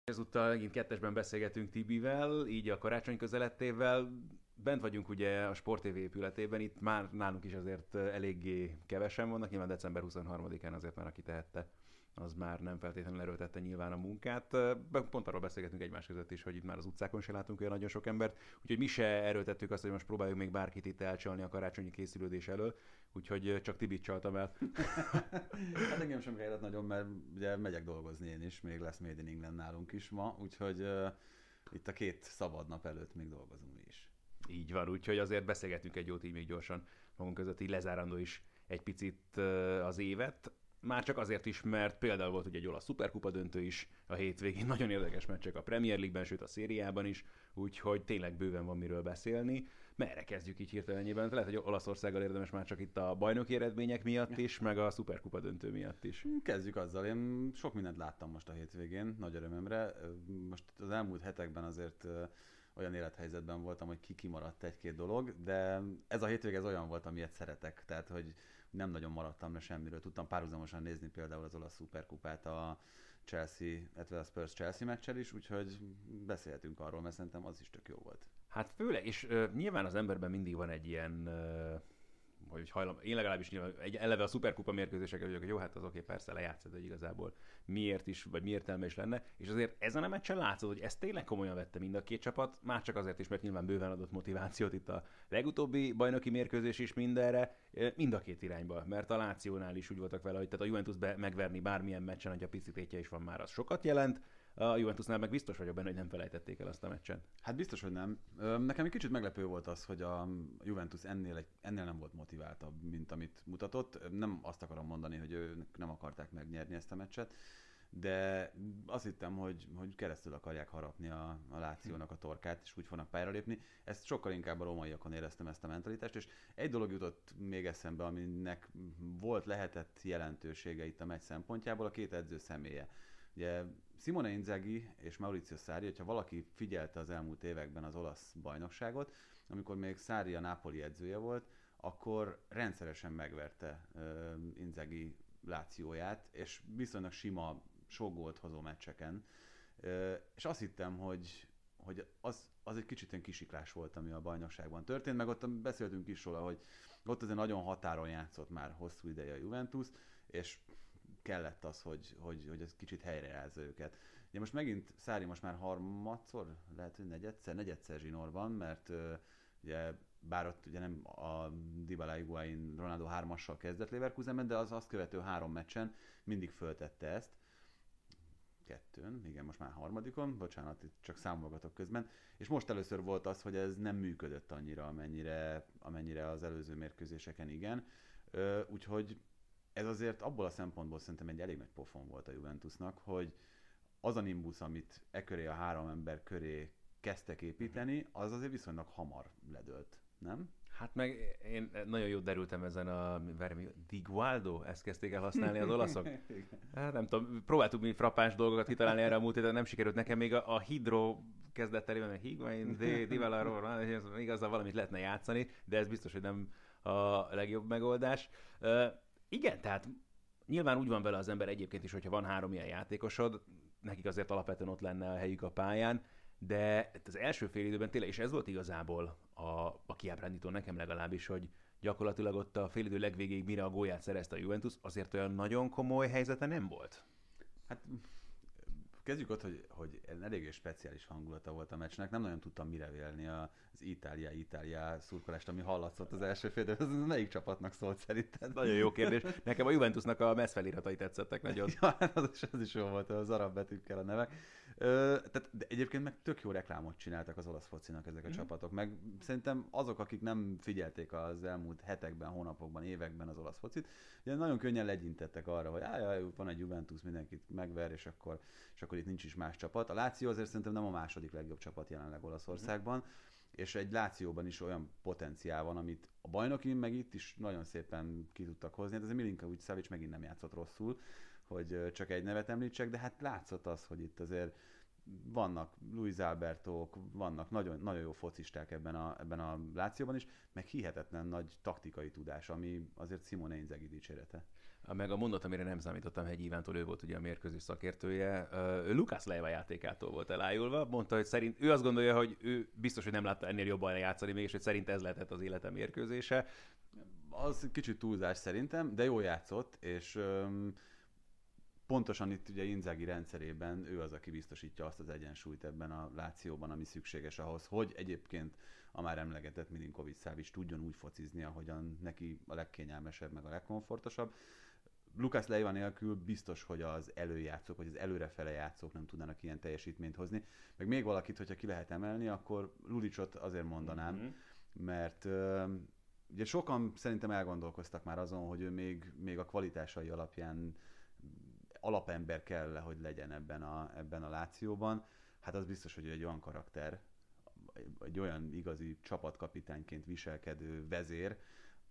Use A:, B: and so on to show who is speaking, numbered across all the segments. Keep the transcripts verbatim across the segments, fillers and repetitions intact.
A: Ezúttal megint kettesben beszélgetünk Tibivel, így a karácsony közelettével. Bent vagyunk ugye a Sport té vé épületében, itt már nálunk is azért eléggé kevesen vannak, nyilván december huszonharmadikán azért már aki tehette, az már nem feltétlenül erőltette nyilván a munkát. Pont arról beszélgetünk egymás között is, hogy itt már az utcákon se látunk olyan nagyon sok embert, úgyhogy mi se erőltettük azt, hogy most próbáljuk még bárkit itt elcsalni a karácsonyi készülődés elől, úgyhogy csak Tibit csaltam el.
B: Hát engem sem kellett nagyon, mert ugye megyek dolgozni én is, még lesz Made in England nálunk is ma, úgyhogy uh, itt a két szabad nap előtt még dolgozunk mi is.
A: Így van, úgyhogy azért beszélgetünk egy jót így még gyorsan magunk között, így lezárandó is egy picit az évet. Már csak azért is, mert például volt ugye egy olasz szuperkupa döntő is a hétvégén, nagyon érdekes meccsek a Premier League-ben, sőt a szériában is, úgyhogy tényleg bőven van miről beszélni. Merre kezdjük így hirtelenjében? Lehet, hogy Olaszországgal érdemes már csak itt a bajnoki eredmények miatt is, meg a szuperkupa döntő miatt is.
B: Kezdjük azzal, én sok mindent láttam most a hétvégén, nagy örömömre. Most az elmúlt hetekben azért olyan élethelyzetben voltam, hogy ki kimaradt egy-két dolog, de ez a hétvége ez olyan volt, amilyet szeretek, tehát hogy nem nagyon maradtam le semmiről. Tudtam párhuzamosan nézni például az olasz szuperkupát a Chelsea, illetve a Spurs Chelsea meccsel is, úgyhogy beszélhetünk arról, mert szerintem az is tök jó volt.
A: Hát főleg, és uh, nyilván az emberben mindig van egy ilyen uh... hogy hajlam, én legalábbis nyilván, egy, eleve a szuperkupa mérkőzéseket vagyok, hogy jó, hát az oké, persze lejátszod, hogy igazából miért is, vagy mi értelme is lenne, és azért ezen a meccsen látszott, hogy ezt tényleg komolyan vette mind a két csapat, már csak azért is, mert nyilván bőven adott motivációt itt a legutóbbi bajnoki mérkőzés is mindenre, mind a két irányba, mert a Lációnál is úgy voltak vele, hogy tehát a Juventus be megverni bármilyen meccsen, hogy a picitétje is van már, az sokat jelent. A Juventusnál meg biztos vagyok benne, hogy nem felejtették el azt a meccsen.
B: Hát biztos, hogy nem. Nekem egy kicsit meglepő volt az, hogy a Juventus ennél, egy, ennél nem volt motiváltabb, mint amit mutatott. Nem azt akarom mondani, hogy ők nem akarták megnyerni ezt a meccset, de azt hittem, hogy, hogy keresztül akarják harapni a, a Lációnak a torkát, és úgy fognak pályára lépni. Ezt sokkal inkább a rómaiakon éreztem, ezt a mentalitást, és egy dolog jutott még eszembe, aminek volt, lehetett jelentősége itt a meccs szempontjából, a két edző személye. Ugye Simone Inzaghi és Maurizio Sarri, hogyha valaki figyelte az elmúlt években az olasz bajnokságot, amikor még Sarri a Napoli edzője volt, akkor rendszeresen megverte uh, Inzaghi Lációját, és viszonylag sima, sok gólt hozó meccseken. Uh, és azt hittem, hogy, hogy az, az egy kicsit ilyen kisiklás volt, ami a bajnokságban történt, meg ott beszéltünk is róla, hogy ott azért nagyon határon játszott már hosszú ideje a Juventus, és kellett az, hogy, hogy, hogy ez kicsit helyrejelzze őket. Ugye most megint Sarri most már harmadszor, lehet, hogy negyedszer, negyedszer zsinórban, mert uh, ugye bár ott ugye nem a Dybala, Higuain, Ronaldo hármassal kezdett Leverkusenben, de az azt követő három meccsen mindig föltette ezt. Kettőn, igen, most már harmadikon, bocsánat, itt csak számolgatok közben. És most először volt az, hogy ez nem működött annyira, amennyire, amennyire az előző mérkőzéseken, igen. Uh, úgyhogy ez azért abból a szempontból szerintem egy elég nagy pofon volt a Juventusnak, hogy az a nimbus, amit e köré a három ember köré kezdtek építeni, az azért viszonylag hamar ledőlt, nem?
A: Hát meg én nagyon jót derültem ezen a Di Gualdo, ezt kezdték el használni az olaszok. Hát nem tudom, próbáltuk mi frappáns dolgokat kitalálni erre a múlt héten, nem sikerült nekem még a, a Hidro kezdett el, mert Higuain, Dybala, igazán valamit lehetne játszani, de ez biztos, hogy nem a legjobb megoldás. Igen, tehát nyilván úgy van vele az ember egyébként is, hogyha van három ilyen játékosod, nekik azért alapvetően ott lenne a helyük a pályán, de az első fél időben tényleg, és ez volt igazából a, a kiábrándító nekem legalábbis, hogy gyakorlatilag ott a fél idő legvégéig mire a gólját szerezte a Juventus, azért olyan nagyon komoly helyzete nem volt.
B: Hát kezdjük ott, hogy, hogy eléggé speciális hangulata volt a meccsnek. Nem nagyon tudtam mire vélni az Itália-Itália szurkolást, ami hallatszott az első fél időben. Ez melyik csapatnak szólt szerinted?
A: Nagyon jó kérdés. Nekem a Juventusnak a mez feliratai tetszettek nagyon.
B: Ja, az is, az is jó volt, az arab betűkkel a nevek. Ö, tehát, de egyébként meg tök jó reklámot csináltak az olasz focinak ezek a mm. csapatok. Meg szerintem azok, akik nem figyelték az elmúlt hetekben, hónapokban, években az olasz focit, ugye nagyon könnyen legyintettek arra, hogy áj, van egy Juventus, mindenkit megver, és akkor, és akkor itt nincs is más csapat. A Lazio azért szerintem nem a második legjobb csapat jelenleg Olaszországban, mm. és egy Lációban is olyan potenciál van, amit a bajnokin meg itt is nagyon szépen ki tudtak hozni. Hát ez Milinković Savić megint nem játszott rosszul, hogy csak egy nevet említsek, de hát látszott az, hogy itt azért vannak Luis Albertók, vannak nagyon, nagyon jó focisták ebben a, ebben a Lációban is, meg hihetetlen nagy taktikai tudás, ami azért Simone Inzaghi dicsérete.
A: Meg a mondat, amire nem számítottam, Hegyi Ivántól, ő volt ugye a mérkőzés szakértője, ő Lukács Leiva játékától volt elájulva, mondta, hogy szerint ő azt gondolja, hogy ő biztos, hogy nem látta ennél jobban játszani, mégis, hogy szerint ez lehetett az élete mérkőzése.
B: Az kicsit túlzás szerintem, de jól játszott, és öm, pontosan itt ugye Inzaghi rendszerében ő az, aki biztosítja azt az egyensúlyt ebben a Lációban, ami szükséges ahhoz, hogy egyébként a már emlegetett Milinković-Savić tudjon úgy focizni, ahogyan neki a legkényelmesebb, meg a legkomfortosabb. Lukács Leiva nélkül biztos, hogy az előjátszók, vagy az előrefele játszók nem tudnának ilyen teljesítményt hozni. Meg még valakit, hogyha ki lehet emelni, akkor Lulicsot azért mondanám, mm-hmm. mert uh, ugye sokan szerintem elgondolkoztak már azon, hogy ő még, még a kvalitásai alapján alapember kell, hogy legyen ebben a, ebben a Lációban. Hát az biztos, hogy egy olyan karakter, egy olyan igazi csapatkapitányként viselkedő vezér,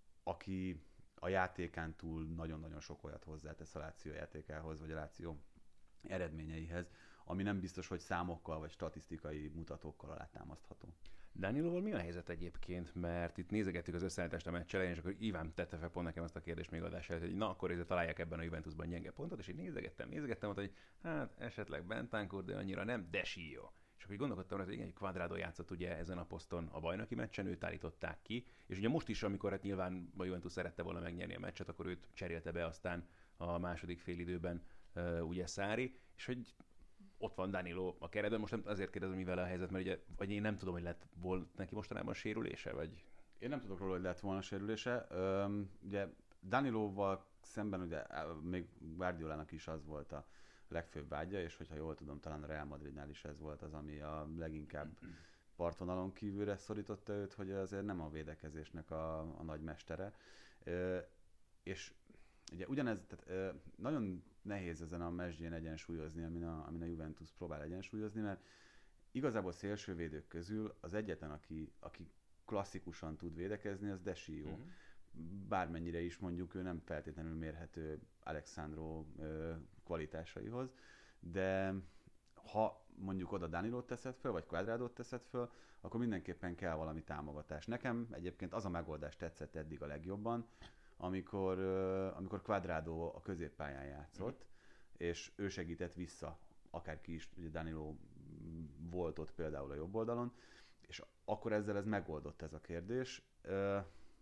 B: aki a játékán túl nagyon-nagyon sok olyat hozzátesz a Láció játékához, vagy a Láció eredményeihez, ami nem biztos, hogy számokkal vagy statisztikai mutatókkal alátámasztható.
A: Danilóval mi a helyzet egyébként? Mert itt nézegettük az összeállítást a meccs elején, és akkor Iván tette fel pont nekem azt a kérdést még adás előtt, hogy na akkor ezért találják ebben a Juventusban gyenge pontot, és én nézegettem, nézegettem, mondta, hogy hát esetleg Bentancur, de annyira nem, de Sio. És akkor gondolkodtam, hogy egy Cuadrado játszott ugye ezen a poszton a bajnoki meccsen, őt állították ki, és ugye most is, amikor hát nyilván a Juventus szerette volna megnyerni a meccset, akkor őt cserélte be aztán a második félidőben uh, ugye Sarri, és hogy ott van Danilo a keretben, most nem azért kérdezem, mivel a helyzet, mert ugye, vagy én nem tudom, hogy lett volt neki mostanában sérülése, vagy...
B: Én nem tudok róla, hogy lett volna sérülése. Üm, ugye Danilóval szemben ugye még Guardiolának is az volt a legfőbb vágya, és hogyha jól tudom, talán a Real Madridnál is ez volt az, ami a leginkább partvonalon kívülre szorította őt, hogy azért nem a védekezésnek a, a nagy mestere. Ö, és ugye ugyanez, tehát ö, nagyon nehéz ezen a mezsgyén egyensúlyozni, amin a, amin a Juventus próbál egyensúlyozni, mert igazából szélsővédők közül az egyetlen, aki, aki klasszikusan tud védekezni, az De Sio. Mm-hmm. Bármennyire is mondjuk ő nem feltétlenül mérhető Alexandro ö, kvalitásaihoz, de ha mondjuk oda Danilót teszed föl, vagy Cuadradót teszed föl, akkor mindenképpen kell valami támogatás. Nekem egyébként az a megoldás tetszett eddig a legjobban, amikor, ö, amikor Cuadrado a középpályán játszott, mm. és ő segített vissza, akárki is, ugye Danilo volt ott például a jobb oldalon, és akkor ezzel ez megoldott ez a kérdés. Ö,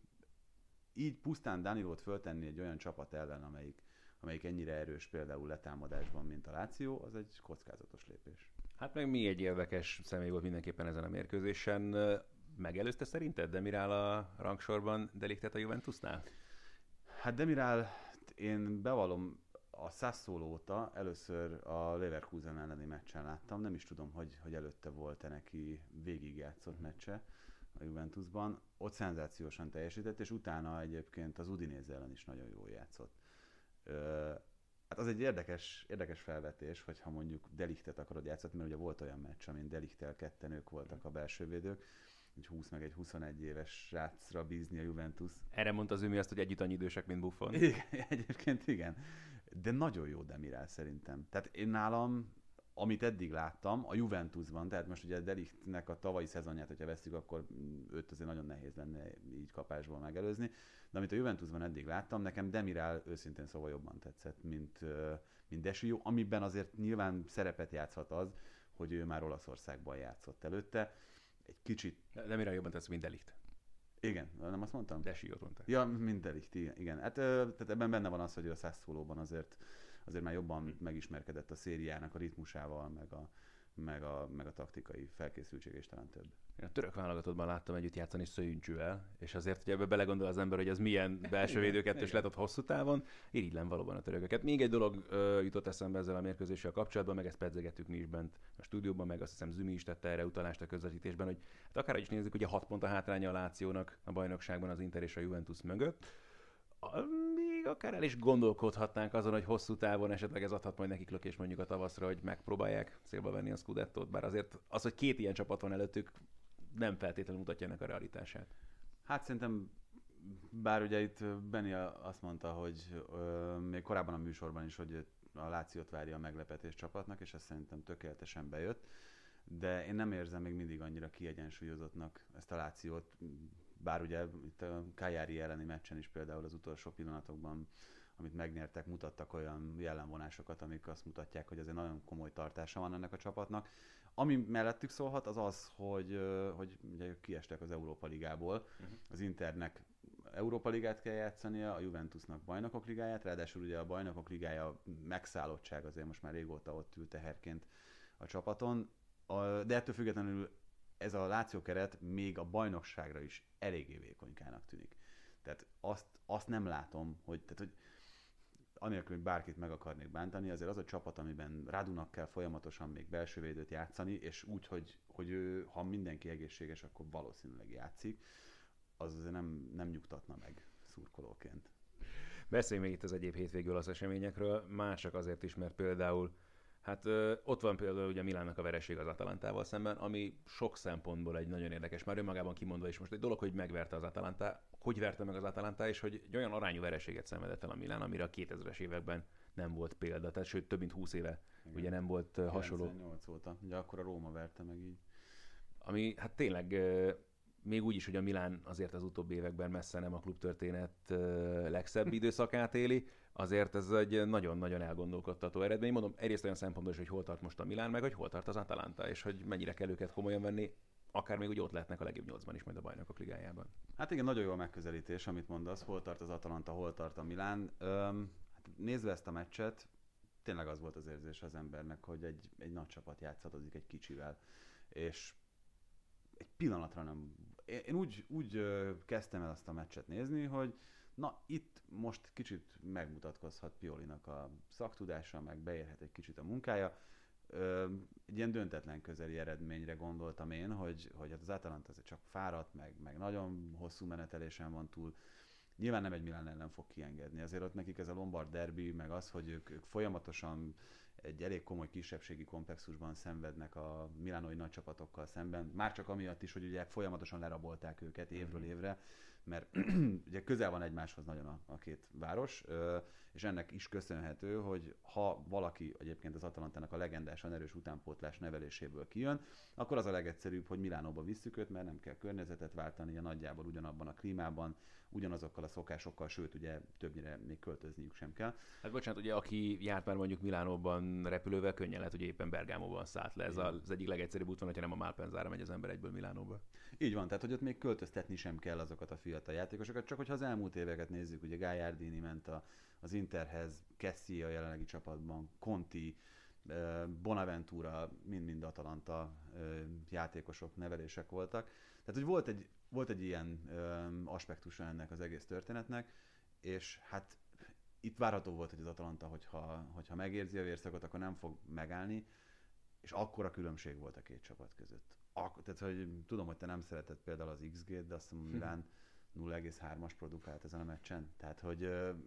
B: így pusztán Danilót föltenni egy olyan csapat ellen, amelyik, amelyik ennyire erős például letámadásban, mint a Láció, az egy kockázatos lépés.
A: Hát meg még egy érdekes személy volt mindenképpen ezen a mérkőzésen. Megelőzte szerinted Demiral a rangsorban De Ligtet a Juventusnál?
B: Hát Demiral, én bevallom, a Sassuolo óta először a Leverkusen elleni meccsen láttam, nem is tudom, hogy, hogy előtte volt-e neki végigjátszott meccse a Juventusban. Ott szenzációsan teljesített, és utána egyébként az Udinese ellen is nagyon jól játszott. Ö, hát az egy érdekes, érdekes felvetés, hogyha mondjuk De Ligtet akarod játszatni, mert ugye volt olyan meccs, amin De Ligttel ketten ők voltak a belsővédők, egy húsz meg egy huszonegy éves srácra bízni a Juventus.
A: Erre mondta az Ümi azt, hogy együtt annyi idősek, mint Buffon.
B: Igen, egyébként igen. De nagyon jó Demiral szerintem. Tehát én nálam, amit eddig láttam, a Juventusban, tehát most ugye a De Ligtnek a tavalyi szezonját, hogyha veszük, akkor őt azért nagyon nehéz lenne így kapásból megelőzni. De amit a Juventusban eddig láttam, nekem Demiral őszintén szóval jobban tetszett, mint, mint De Sio, amiben azért nyilván szerepet játszhat az, hogy ő már Olaszországban játszott előtte. Egy kicsit...
A: Demiral jobban tetszett, mint De Ligt.
B: Igen, nem azt mondtam?
A: De Siót mondták.
B: Ja, mint De Ligt, igen. Hát tehát ebben benne van az, hogy a Sassuolóban azért, azért már jobban hmm. megismerkedett a szériának a ritmusával, meg a, meg a, meg a taktikai felkészültség és talán több.
A: Én a török válogatottban láttam együtt játszani Szöjüncsűvel, és azért, hogy ebbe belegondol az ember, hogy ez milyen belső védőkettős lett ott hosszú távon, irigylem valóban a törököket. Még egy dolog ö, jutott eszembe ezzel a mérkőzéssel kapcsolatban, meg ezt pedzegettük mi is bent a stúdióban, meg azt hiszem Zümi is tette erre utalást a közvetítésben, hogy hát akárhogy is nézzük, ugye hat pont a hátránya a Lációnak a bajnokságban az Inter és a Juventus mögött. Még akár el is gondolkodhatnánk azon, hogy hosszú távon esetleg ez adhat majd nekik lökés mondjuk a tavaszra, hogy megpróbálják célba venni a Scudettót, bár azért az, hogy két ilyen csapat van előttük, nem feltétlenül mutatja ennek a realitását.
B: Hát szerintem, bár ugye itt Benni azt mondta, hogy ö, még korábban a műsorban is, hogy a Lációt várja a meglepetés csapatnak, és ez szerintem tökéletesen bejött, de én nem érzem még mindig annyira kiegyensúlyozottnak ezt a Lációt, bár ugye itt a Cagliari elleni meccsen is például az utolsó pillanatokban amit megnyertek, mutattak olyan jellemvonásokat, amik azt mutatják, hogy azért nagyon komoly tartása van ennek a csapatnak. Ami mellettük szólhat, az az, hogy, hogy ugye kiestek az Európa Ligából. Uh-huh. Az Internek Európa Ligát kell játszania, a Juventusnak Bajnokok Ligáját, ráadásul ugye a Bajnokok Ligája megszállottság azért most már régóta ott ül teherként a csapaton, de ettől függetlenül ez a Lazio keret még a bajnokságra is eléggé vékonykának tűnik. Tehát azt, azt nem látom, hogy, tehát, hogy anélkül, hogy bárkit meg akarnék bántani, azért az a csapat, amiben Radunak kell folyamatosan még belső védőt játszani, és úgy, hogy, hogy ő, ha mindenki egészséges, akkor valószínűleg játszik, az azért nem, nem nyugtatna meg szurkolóként.
A: Beszéljünk még itt az egyéb hétvégül az eseményekről, már csak azért is, mert például hát ö, ott van például ugye Milánnak a vereség az Atalantával szemben, ami sok szempontból egy nagyon érdekes, már önmagában kimondva is most egy dolog, hogy megverte az Atalanta, hogy verte meg az Atalanta, és hogy egy olyan arányú vereséget szenvedett el a Milán, amire a kétezres években nem volt példa, tehát sőt több mint húsz éve igen. Ugye nem volt uh, hasonló.
B: kilencvennyolc óta, ugye akkor a Róma verte meg így.
A: Ami hát tényleg uh, még úgy is, hogy a Milán azért az utóbbi években messze nem a klubtörténet uh, legszebb időszakát éli, azért ez egy nagyon-nagyon elgondolkodtató eredmény. Mondom, egyrészt olyan szempontból is, hogy hol tart most a Milán, meg hogy hol tart az Atalanta, és hogy mennyire kell őket komolyan venni, akár még úgy ott lehetnek a legjobb nyolcban is majd a Bajnokok Ligájában.
B: Hát igen, nagyon jó a megközelítés, amit mondasz, hol tart az Atalanta, hol tart a Milán. Öm, hát nézve ezt a meccset, tényleg az volt az érzés az embernek, hogy egy, egy nagy csapat játszadozik egy kicsivel, és egy pillanatra nem... Én úgy, úgy kezdtem el azt a meccset nézni, hogy na, itt most kicsit megmutatkozhat Piolinak a szaktudása, meg beérhet egy kicsit a munkája. Ö, egy ilyen döntetlen közeli eredményre gondoltam én, hogy, hogy hát az Atalanta azért csak fáradt, meg, meg nagyon hosszú menetelésen van túl. Nyilván nem egy Milán ellen fog kiengedni, azért ott nekik ez a Lombard derby, meg az, hogy ők, ők folyamatosan egy elég komoly kisebbségi komplexusban szenvednek a milánói nagy csapatokkal szemben, már csak amiatt is, hogy ugye folyamatosan lerabolták őket évről évre, mert ugye közel van egymáshoz nagyon a, a két város, és ennek is köszönhető, hogy ha valaki egyébként az Atalantának a legendásan erős utánpótlás neveléséből kijön, akkor az a legegyszerűbb, hogy Milánóba visszük őt, mert nem kell környezetet váltania, nagyjából ugyanabban a klímában, ugyanazokkal a szokásokkal, sőt ugye többnyire még költözniük sem kell.
A: Hát bocsánat, ugye aki járt már mondjuk Milánóban repülővel, könnyen lehet, hogy éppen Bergámóban szállt le. Ez igen. Az egyik legegyszerűbb útvonal, hogyha nem a Malpensára megy az ember egyből Milánóba.
B: Így van, tehát hogy ott még költöztetni sem kell azokat a fiatal játékosokat, csak hogyha az elmúlt éveket nézzük, ugye Gagliardini ment a, az Interhez, Kessie a jelenlegi csapatban, Conti, Bonaventura, mind-mind Atalanta játékosok, nevelések voltak. Tehát, hogy volt egy, volt egy ilyen aspektusa ennek az egész történetnek, és hát itt várható volt, hogy az Atalanta, hogyha, hogyha megérzi a vérszakot, akkor nem fog megállni, és akkora különbség volt a két csapat között. Ak- tehát, hogy tudom, hogy te nem szereted például az iksz gét, de azt mondom, Milán nulla egész hármas produkált ezen a meccsen. Tehát, hogy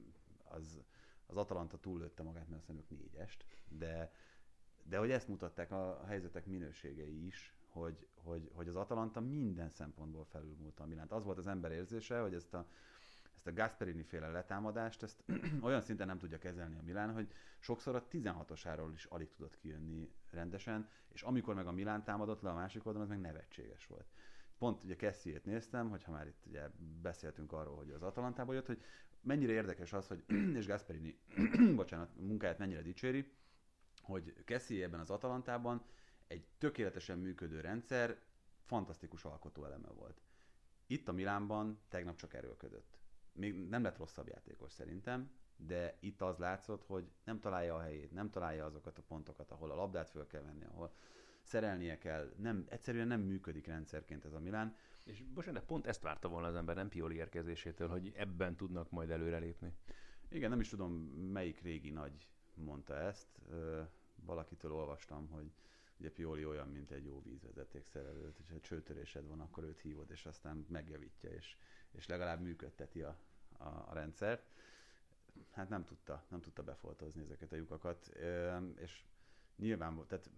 B: az, az Atalanta túllőtte magát, mert azt mondjuk négyest, de, de hogy ezt mutatták a helyzetek minőségei is, hogy, hogy, hogy az Atalanta minden szempontból felülmúlta a Milánt. Az volt az ember érzése, hogy ezt a ezt a Gasperini féle letámadást, ezt olyan szinten nem tudja kezelni a Milán, hogy sokszor a tizenhatosáról is alig tudott kijönni rendesen, és amikor meg a Milán támadott le a másik oldalon, az meg nevetséges volt. Pont ugye Kessiét néztem, hogyha már itt ugye beszéltünk arról, hogy az Atalantából jött, hogy mennyire érdekes az, hogy és Gasperini bocsánat, munkáját mennyire dicséri, hogy Kessie ebben az Atalantában egy tökéletesen működő rendszer, fantasztikus alkotó eleme volt. Itt a Milánban tegnap csak erőlködött. Még nem lett rosszabb játékos szerintem, de itt az látszott, hogy nem találja a helyét, nem találja azokat a pontokat, ahol a labdát föl kell venni, ahol szerelnie kell. Nem, egyszerűen nem működik rendszerként ez a Milán.
A: És bocsánat, pont ezt várta volna az ember, nem Pioli érkezésétől, hogy ebben tudnak majd előrelépni.
B: Igen, nem is tudom, melyik régi nagy mondta ezt. Valakitől olvastam, hogy ugye Pioli olyan, mint egy jó vízvezetékszerelő, hogyha csőtörésed van, akkor őt hívod, és aztán megjavítja, és, és legalább működteti a, a, a rendszert. Hát nem tudta, nem tudta befoltozni ezeket a lyukakat, és nyilván, tehát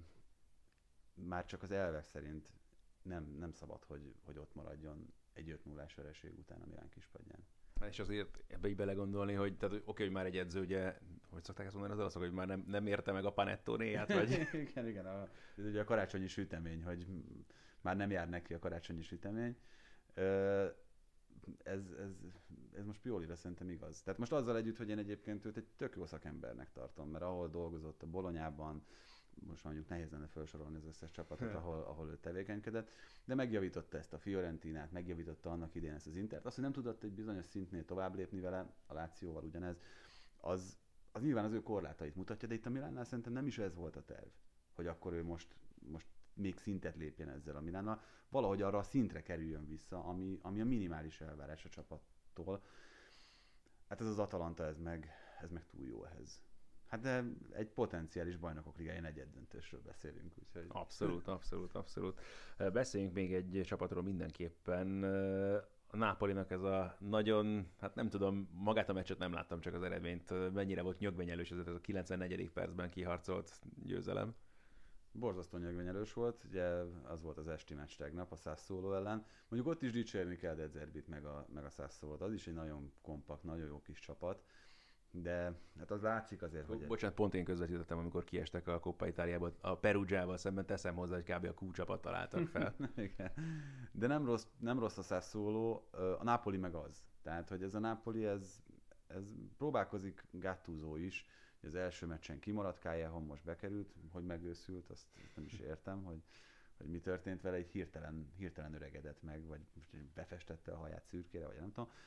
B: már csak az elvek szerint nem, nem szabad, hogy, hogy ott maradjon egy öt nullás vereség után a Milán kispadján.
A: És azért ebbe így belegondolni, hogy tehát oké, okay, hogy már egy edző, ugye, hogy szokták ezt mondani az olaszok, hogy már nem, nem érte meg a panettónéját, vagy...
B: igen, igen, a, ez ugye a karácsonyi sütemény, hogy már nem jár neki a karácsonyi sütemény. Ö, ez, ez, ez most Piolira szerintem igaz. Tehát most azzal együtt, hogy én egyébként őt egy tök jó szakembernek tartom, mert ahol dolgozott a Bolonyában, most mondjuk nehéz lenne felsorolni az összes csapatot, ahol, ahol ő tevékenykedett, de megjavította ezt a Fiorentinát, megjavította annak idén ezt az Intert. Azt, hogy nem tudott egy bizonyos szintnél tovább lépni vele, a Lációval ugyanez, az, az nyilván az ő korlátait mutatja, de itt a Milánnál szerintem nem is ez volt a terv, hogy akkor ő most, most még szintet lépjen ezzel a Milánnal, valahogy arra a szintre kerüljön vissza, ami, ami a minimális elvárás a csapattól. Hát ez az Atalanta, ez meg, ez meg túl jó ehhez. Hát de egy potenciális bajnokok ligája negyeddöntősről beszélünk, úgyhogy...
A: Abszolút, abszolút, abszolút. Beszéljünk még egy csapatról mindenképpen. A Nápolinak ez a nagyon, hát nem tudom, magát a meccset nem láttam, csak az eredményt. Mennyire volt nyögvenyelős ez a kilencvennegyedik percben kiharcolt győzelem?
B: Borzasztó nyögvenyelős volt, ugye az volt az esti meccs tegnap a Sassuolo ellen. Mondjuk ott is dicsérni kell De Zerbit meg a, meg a Sassuolót, az is egy nagyon kompakt, nagyon jó kis csapat. De hát az látszik azért, hogy...
A: Bocsánat, pont én közvetítettem, amikor kiestek a Coppa Italiából, a Perugiával szemben teszem hozzá, hogy kb. A Q csapat találtak fel.
B: Igen. De nem rossz, nem rossz a Sassuolo, a Napoli meg az. Tehát, hogy ez a Napoli, ez, ez próbálkozik, Gattuso is, hogy az első meccsen kimaradt, Callejon most bekerült, hogy megőszült, azt nem is értem, hogy, hogy mi történt vele, egy hirtelen, hirtelen öregedett meg, vagy befestette a haját szürkére, vagy nem tudom.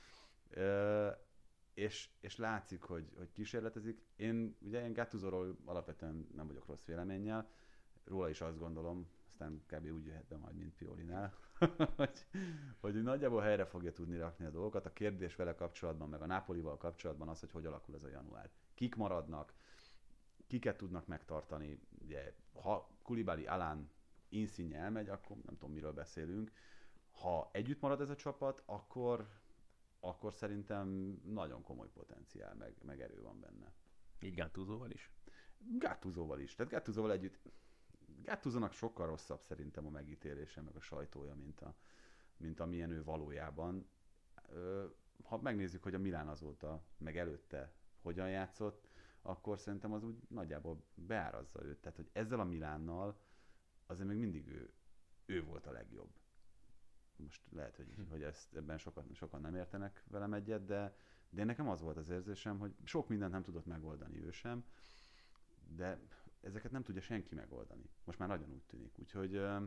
B: És, és látszik, hogy, hogy kísérletezik. Én ugye én Gattusoról alapvetően nem vagyok rossz véleménnyel, róla is azt gondolom, aztán kb. Úgy jöhet be majd, mint Piolinál, hogy, hogy nagyjából helyre fogja tudni rakni a dolgokat. A kérdés vele kapcsolatban, meg a Napolival kapcsolatban az, hogy hogy alakul ez a január. Kik maradnak, kiket tudnak megtartani. Ugye, ha Koulibaly, Alán, Insigne elmegy, akkor nem tudom, miről beszélünk. Ha együtt marad ez a csapat, akkor akkor szerintem nagyon komoly potenciál, meg, meg erő van benne.
A: Így Gattusoval is?
B: Gattusoval is. Tehát Gattusoval együtt. Gattusonak sokkal rosszabb szerintem a megítélése, meg a sajtója, mint, a, mint amilyen ő valójában. Ha megnézzük, hogy a Milán azóta, meg előtte hogyan játszott, akkor szerintem az úgy nagyjából beárazza őt. Tehát, hogy ezzel a Milánnal azért még mindig ő, ő volt a legjobb. Most lehet, hogy, hogy ezt, ebben sokan, sokan nem értenek velem egyet, de, de nekem az volt az érzésem, hogy sok mindent nem tudott megoldani ő sem, de ezeket nem tudja senki megoldani. Most már nagyon úgy tűnik. Úgyhogy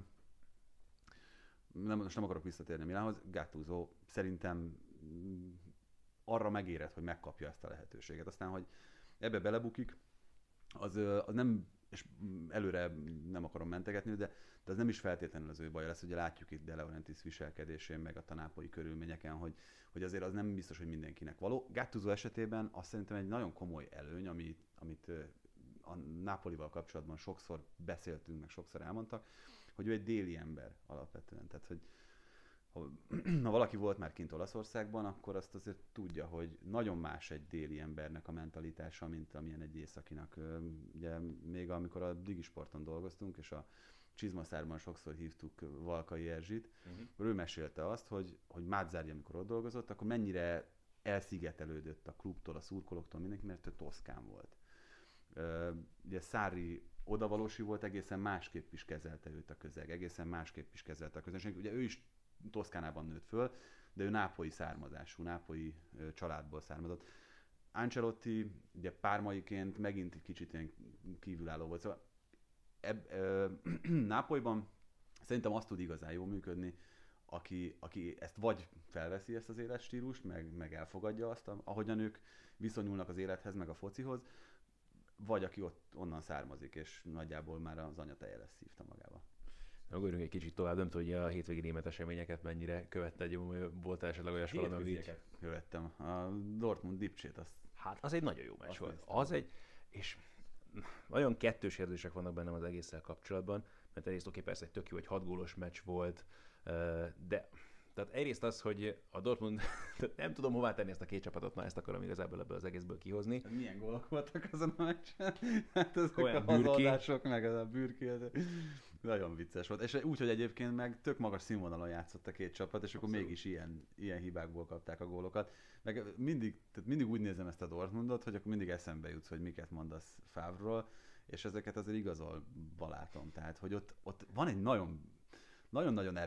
B: nem, most nem akarok visszatérni Milánhoz. Gattuso szerintem arra megérett, hogy megkapja ezt a lehetőséget. Aztán, hogy ebbe belebukik, az, az nem, és előre nem akarom mentegetni, de, de az nem is feltétlenül az ő baja lesz. Ugye látjuk itt De Laurentiis viselkedésén, meg a tanápolyi körülményeken, hogy, hogy azért az nem biztos, hogy mindenkinek való. Gattuso esetében azt szerintem egy nagyon komoly előny, amit, amit a Napolival kapcsolatban sokszor beszéltünk, meg sokszor elmondtak, hogy ő egy déli ember alapvetően. Tehát, hogy ha, ha valaki volt már kint Olaszországban, akkor azt azért tudja, hogy nagyon más egy déli embernek a mentalitása, mint amilyen egy északinak. Ugye még amikor a Digisporton dolgoztunk, és a Csizmaszárban sokszor hívtuk Valkai Erzsit, uh-huh. ő mesélte azt, hogy, hogy Mazzarri, amikor ott dolgozott, akkor mennyire elszigetelődött a klubtól, a szurkolóktól, mindenki, mert ő toszkán volt. Ugye Sarri odavalósi volt, egészen másképp is kezelte őt a közeg, egészen másképp is kezelte a közönség. Ugye ő is Toszkánában nőtt föl, de ő nápolyi származású, nápolyi családból származott. Ancelotti ugye pármaiként megint egy kicsit ilyen kívülálló volt. Szóval eb, ö, Nápolyban szerintem azt tud igazán jól működni, aki, aki ezt vagy felveszi ezt az életstílust, meg, meg elfogadja azt, ahogyan ők viszonyulnak az élethez, meg a focihoz, vagy aki ott onnan származik, és nagyjából már az anyateje lesz szívta magába.
A: Ugorjunk egy kicsit tovább, nem tudom, hogy a hétvégi német eseményeket mennyire követted, volt esetleg olyas valami, amit...
B: követtem. A Dortmund Lipcsét azt...
A: Hát az egy nagyon jó meccs volt. Az egy... És nagyon kettős érzések vannak bennem az egésszel kapcsolatban, mert egyrészt oké, persze egy tök jó, egy hat gólos meccs volt, de tehát egyrészt az, hogy a Dortmund, nem tudom hová tenni ezt a két csapatot, na ezt akarom igazából ebből az egészből kihozni.
B: Milyen gólok voltak azon a meccsen? Hát ezek
A: olyan
B: a hazaadások, meg az a bürki, nagyon vicces volt. És úgy, hogy egyébként meg tök magas színvonalon játszott a két csapat, és akkor Abszolút. mégis ilyen, ilyen hibákból kapták a gólokat. Meg mindig, tehát mindig úgy nézem ezt a Dortmundot, hogy akkor mindig eszembe jutsz, hogy miket mondasz Favre-ról, és ezeket azért igazolva látom. Tehát, hogy ott, ott van egy nagyon nagyon-nagyon erős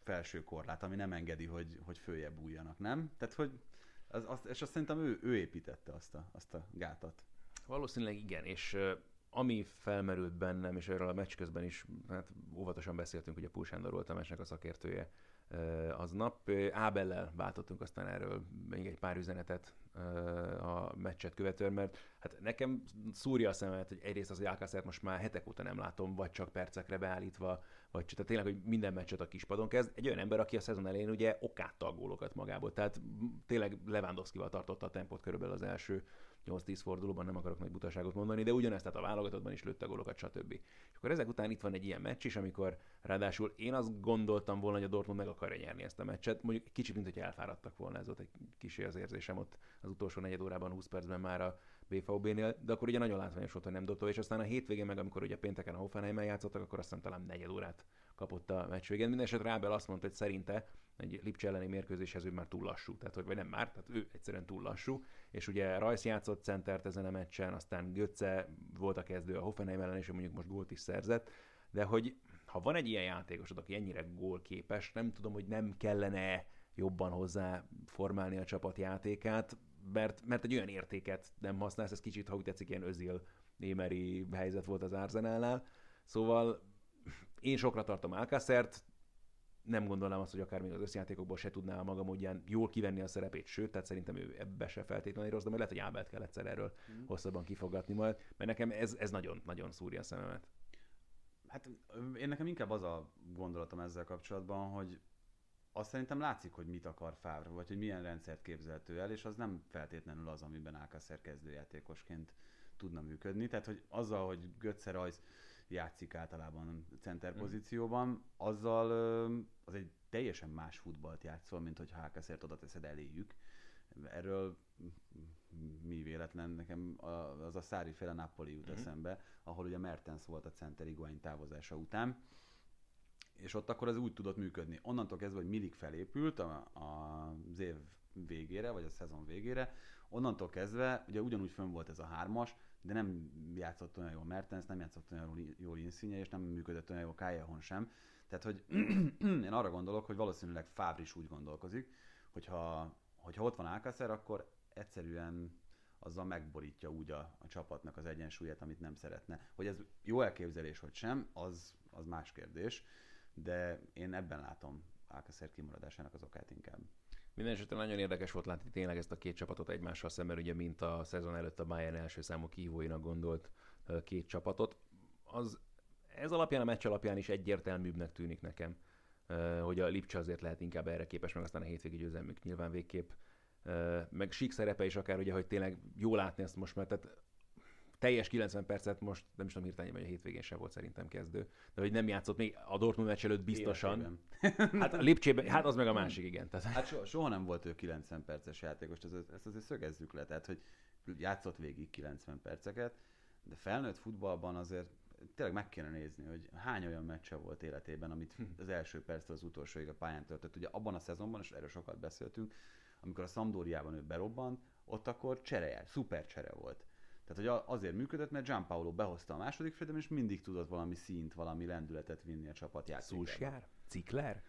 B: felső korlát, ami nem engedi, hogy, hogy följebb bújjanak, nem? Tehát, hogy az, az, és azt szerintem ő, ő építette azt a, azt a gátat.
A: Valószínűleg igen, és uh, ami felmerült bennem, és erről a meccs közben is, hát óvatosan beszéltünk, ugye Pul Sándor volt a meccsnek a szakértője uh, aznap. Ábellel váltottunk aztán erről még egy pár üzenetet uh, a meccset követően, mert hát nekem szúrja a szememet, hogy egyrészt az Alcázart most már hetek óta nem látom, vagy csak percekre beállítva, vagy tehát tényleg, hogy minden meccset a kispadon kezd. Egy olyan ember, aki a szezon elején ugye okátta a gólokat magából, tehát tényleg Lewandowskival tartotta a tempót körülbelül az első nyolc-tíz fordulóban, nem akarok nagy butaságot mondani, de ugyanezt, tehát a válogatottban is lőtte gólokat, stb. És akkor ezek után itt van egy ilyen meccs is, amikor ráadásul én azt gondoltam volna, hogy a Dortmund meg akarja nyerni ezt a meccset, mondjuk kicsit, mint hogy elfáradtak volna, ez volt egy kicsi az érzésem ott az utolsó negyed órában, húsz percben már a bé vé bé-nél, de akkor ugye nagyon látványos volt, hogy nem dobta, és aztán a hétvégén meg, amikor ugye pénteken a Hoffenheimmel játszottak, akkor azt hiszem talán negyed órát kapott a meccs végén. Mindenesetre Rábel azt mondta, hogy szerinte egy Lipcse elleni mérkőzéshez ő már túl lassú, tehát hogy vagy nem már, tehát ő egyszerűen túl lassú, és ugye Reus játszott centert ezen a meccsen, aztán Götze volt a kezdő a Hoffenheim ellen, és ő mondjuk most gólt is szerzett, de hogy ha van egy ilyen játékosod, aki ennyire gólképes, nem tudom, hogy nem kellene jobban hozzá formálni a csapat játékát, mert, mert egy olyan értéket nem használsz, ez kicsit, ha úgy tetszik, ilyen Özil Émeri helyzet volt az Arsenalnál, szóval én sokra tartom Alcázart, nem gondolnám azt, hogy akár még az összjátékokból se tudná a maga módján jól kivenni a szerepét, sőt, tehát szerintem ő ebbe se feltétlenül rossz, de majd lehet, hogy Ábelt kell egyszer erről mm. hosszabban kifogatni majd, mert nekem ez, ez nagyon, nagyon szúrja a szememet.
B: Hát én nekem inkább az a gondolatom ezzel kapcsolatban, hogy azt szerintem látszik, hogy mit akar Favre, vagy hogy milyen rendszert képzelhető el, és az nem feltétlenül az, amiben Alcázar kezdőjátékosként tudna működni. Tehát, hogy azzal, hogy Götze Reus játszik általában center pozícióban, azzal az egy teljesen más futballt játszol, mint hogy Alcázart oda teszed eléjük. Erről mi véletlen, nekem az a Sarri féle Napoli jut eszembe, ahol ugye Mertens volt a center Higuain távozása után, és ott akkor ez úgy tudott működni. Onnantól kezdve, hogy Milik felépült a, a, az év végére, vagy a szezon végére, onnantól kezdve ugye ugyanúgy fönn volt ez a hármas, de nem játszott olyan jól Mertens, nem játszott olyan jól Insigne, és nem működött olyan jól Callejon sem. Tehát, hogy én arra gondolok, hogy valószínűleg Favre is úgy gondolkozik, hogyha, hogyha ott van Alcázar, akkor egyszerűen azzal megborítja úgy a, a csapatnak az egyensúlyát, amit nem szeretne. Hogy ez jó elképzelés, vagy sem, az, az más kérdés, de én ebben látom Alcázar kimaradásának az okát inkább.
A: Mindenesetre nagyon érdekes volt látni tényleg ezt a két csapatot egymással szemben, ugye mint a szezon előtt a Bayern első számú kihívóinak gondolt két csapatot. Az, ez alapján, a meccs alapján is egyértelműbbnek tűnik nekem, hogy a Lipcse azért lehet inkább erre képes, meg aztán a hétvégi győzelmük nyilván végképp. Meg sík szerepe is akár, ugye, hogy tényleg jó látni ezt most, mert tehát teljes kilencven percet most, nem is tudom hirtelen, hogy a hétvégén sem volt szerintem kezdő, de hogy nem játszott még a Dortmund meccs előtt biztosan. Hát a Lipcsében, hát az meg a másik, igen. Tehát...
B: Hát so, soha nem volt ő kilencven perces játékos, ezt azért szögezzük le, tehát hogy játszott végig kilencven perceket, de felnőtt futballban azért tényleg meg kéne nézni, hogy hány olyan meccse volt életében, amit az első perctől az utolsóig a pályán töltött. Ugye abban a szezonban, és erről sokat beszéltünk, amikor a Sampdoriában ő berobbant, ott akkor csere járt, szuper csere volt. Tehát, hogy azért működött, mert Gianpaolo behozta a második félidőben, és mindig tudott valami színt, valami lendületet vinni a csapat játékába.
A: Szulsjár? Cikler?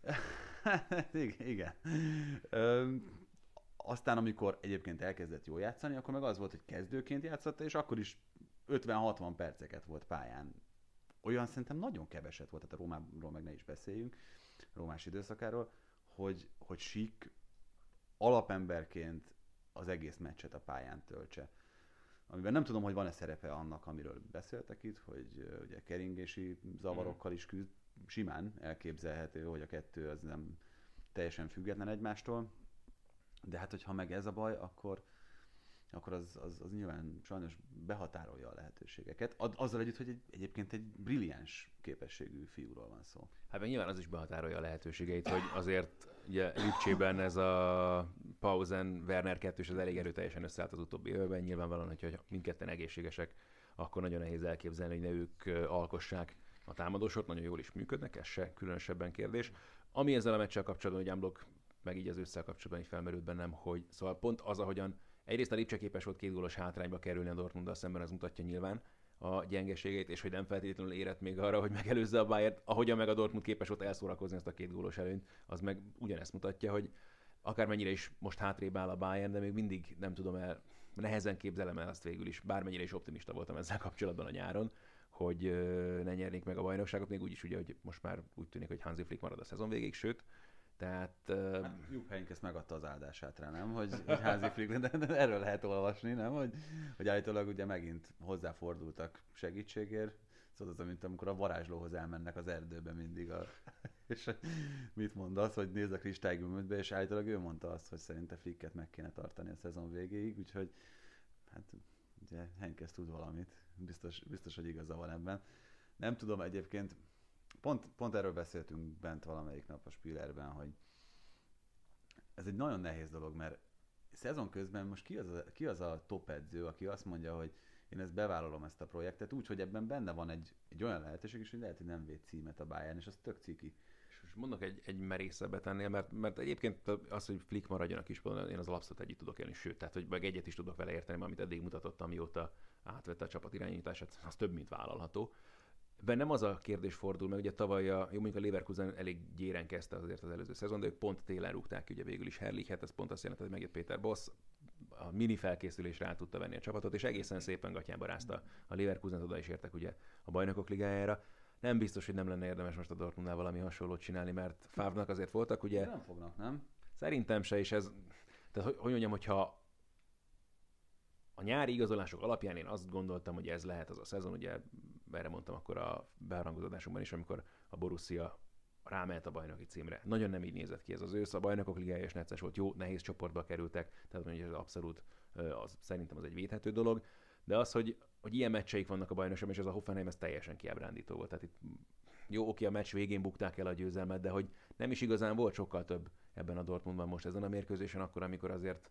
B: Igen. Ö, aztán, amikor egyébként elkezdett jól játszani, akkor meg az volt, hogy kezdőként játszotta, és akkor is ötven-hatvan perceket volt pályán. Olyan szerintem nagyon keveset volt, tehát a Rómáról meg ne is beszéljünk, Rómás időszakáról, hogy, hogy Schick alapemberként az egész meccset a pályán töltse. Amiben nem tudom, hogy van-e szerepe annak, amiről beszéltek itt, hogy uh, ugye keringési zavarokkal is küzd, simán elképzelhető, hogy a kettő az nem teljesen független egymástól, de hát, hogyha meg ez a baj, akkor, akkor az, az, az nyilván sajnos behatárolja a lehetőségeket. Ad, azzal együtt, hogy egy, egyébként egy brilliáns képességű fiúról van szó.
A: Hát meg nyilván az is behatárolja a lehetőségeit, hogy azért ugye Lipcsében ez a Pausen Werner kettős az elég erőteljesen összeállt az utóbbi évben. Nyilvánvalóan, hogyha mindketten egészségesek, akkor nagyon nehéz elképzelni, hogy ne ők alkossák a támadósort. Nagyon jól is működnek, ez se különösebben kérdés. Ami ezzel a meccsel kapcsolatban, hogy unblock, meg így az ősszel kapcsolatban is felmerült bennem, hogy szóval pont az, ahogyan egyrészt a Lipcse képes volt két gólos hátrányba kerülni a Dortmunddal szemben, az mutatja nyilván, a gyengeségeit, és hogy nem feltétlenül érett még arra, hogy megelőzze a Bayern, ahogyan meg a Dortmund képes ott elszórakozni ezt a két gólos előnyt, az meg ugyanezt mutatja, hogy akármennyire is most hátrébb áll a Bayern, de még mindig nem tudom el, nehezen képzelem el azt végül is, bármennyire is optimista voltam ezzel kapcsolatban a nyáron, hogy ne nyernék meg a bajnokságot, még úgyis ugye, hogy most már úgy tűnik, hogy Hansi Flick marad a szezon végéig, sőt, tehát...
B: Hát, Jupp Heynckes megadta az áldását rá, nem? Hogy, hogy Hansi Flick, de, de erről lehet olvasni, nem? Hogy, hogy állítólag ugye megint hozzáfordultak segítségért, szóval az, mint amikor a varázslóhoz elmennek az erdőbe mindig, a, és mit mondasz, hogy nézd a kristálygömbödbe, és állítólag ő mondta azt, hogy szerinte Flicket meg kéne tartani a szezon végéig, úgyhogy hát ugye Heynckes tud valamit, biztos, biztos, hogy igaza van ebben. Nem tudom egyébként, Pont, pont erről beszéltünk bent valamelyik nap a Spillerben, hogy ez egy nagyon nehéz dolog, mert szezon közben most ki az, a, ki az a top edző, aki azt mondja, hogy én ezt bevállalom ezt a projektet, úgy, hogy ebben benne van egy, egy olyan lehetőség is, hogy lehet, hogy nem véd címet a Bayern, és az tök ciki.
A: És mondok egy, egy merészebbet ennél, mert, mert egyébként az, hogy Flick maradjon a kispadon, én az abszolút együtt tudok élni, sőt, tehát hogy meg egyet is tudok vele érteni, amit eddig mutatott, amióta átvette a csapat irányítását, az több, mint vállalható. Ebben nem az a kérdés fordul meg, ugye tavaly a, jó, mondjuk a Leverkusen elég gyéren kezdte azért az előző szezon, de ők pont télen rúgták ki ugye végül is Herrlichet, ez pont azt jelenti, hogy megjött Péter Bosz, a mini felkészülésre át tudta venni a csapatot, és egészen szépen gatyába rázta a Leverkusen, oda is értek ugye a Bajnokok Ligájára. Nem biztos, hogy nem lenne érdemes most a Dortmundnál valami hasonlót csinálni, mert Favre-nak azért voltak, ugye...
B: Nem fognak, nem?
A: Szerintem se, és ez... Tehát hogy, hogy mondjam, hogyha a nyári igazolások alapján én azt gondoltam, hogy ez lehet az a szezon, ugye erre mondtam akkor a beharangozódásomban is, amikor a Borussia rámelt a bajnoki címre. Nagyon nem így nézett ki ez az ősz, a Bajnokok Ligája és necces volt, jó, nehéz csoportba kerültek, tehát hogy ez abszolút, az, szerintem az egy védhető dolog, de az, hogy, hogy ilyen meccseik vannak a bajnokságban, és ez a Hoffenheim, ez teljesen kiábrándító volt. Tehát itt jó, oké, a meccs végén bukták el a győzelmet, de hogy nem is igazán volt sokkal több ebben a Dortmundban most ezen a mérkőzésen, akkor, amikor azért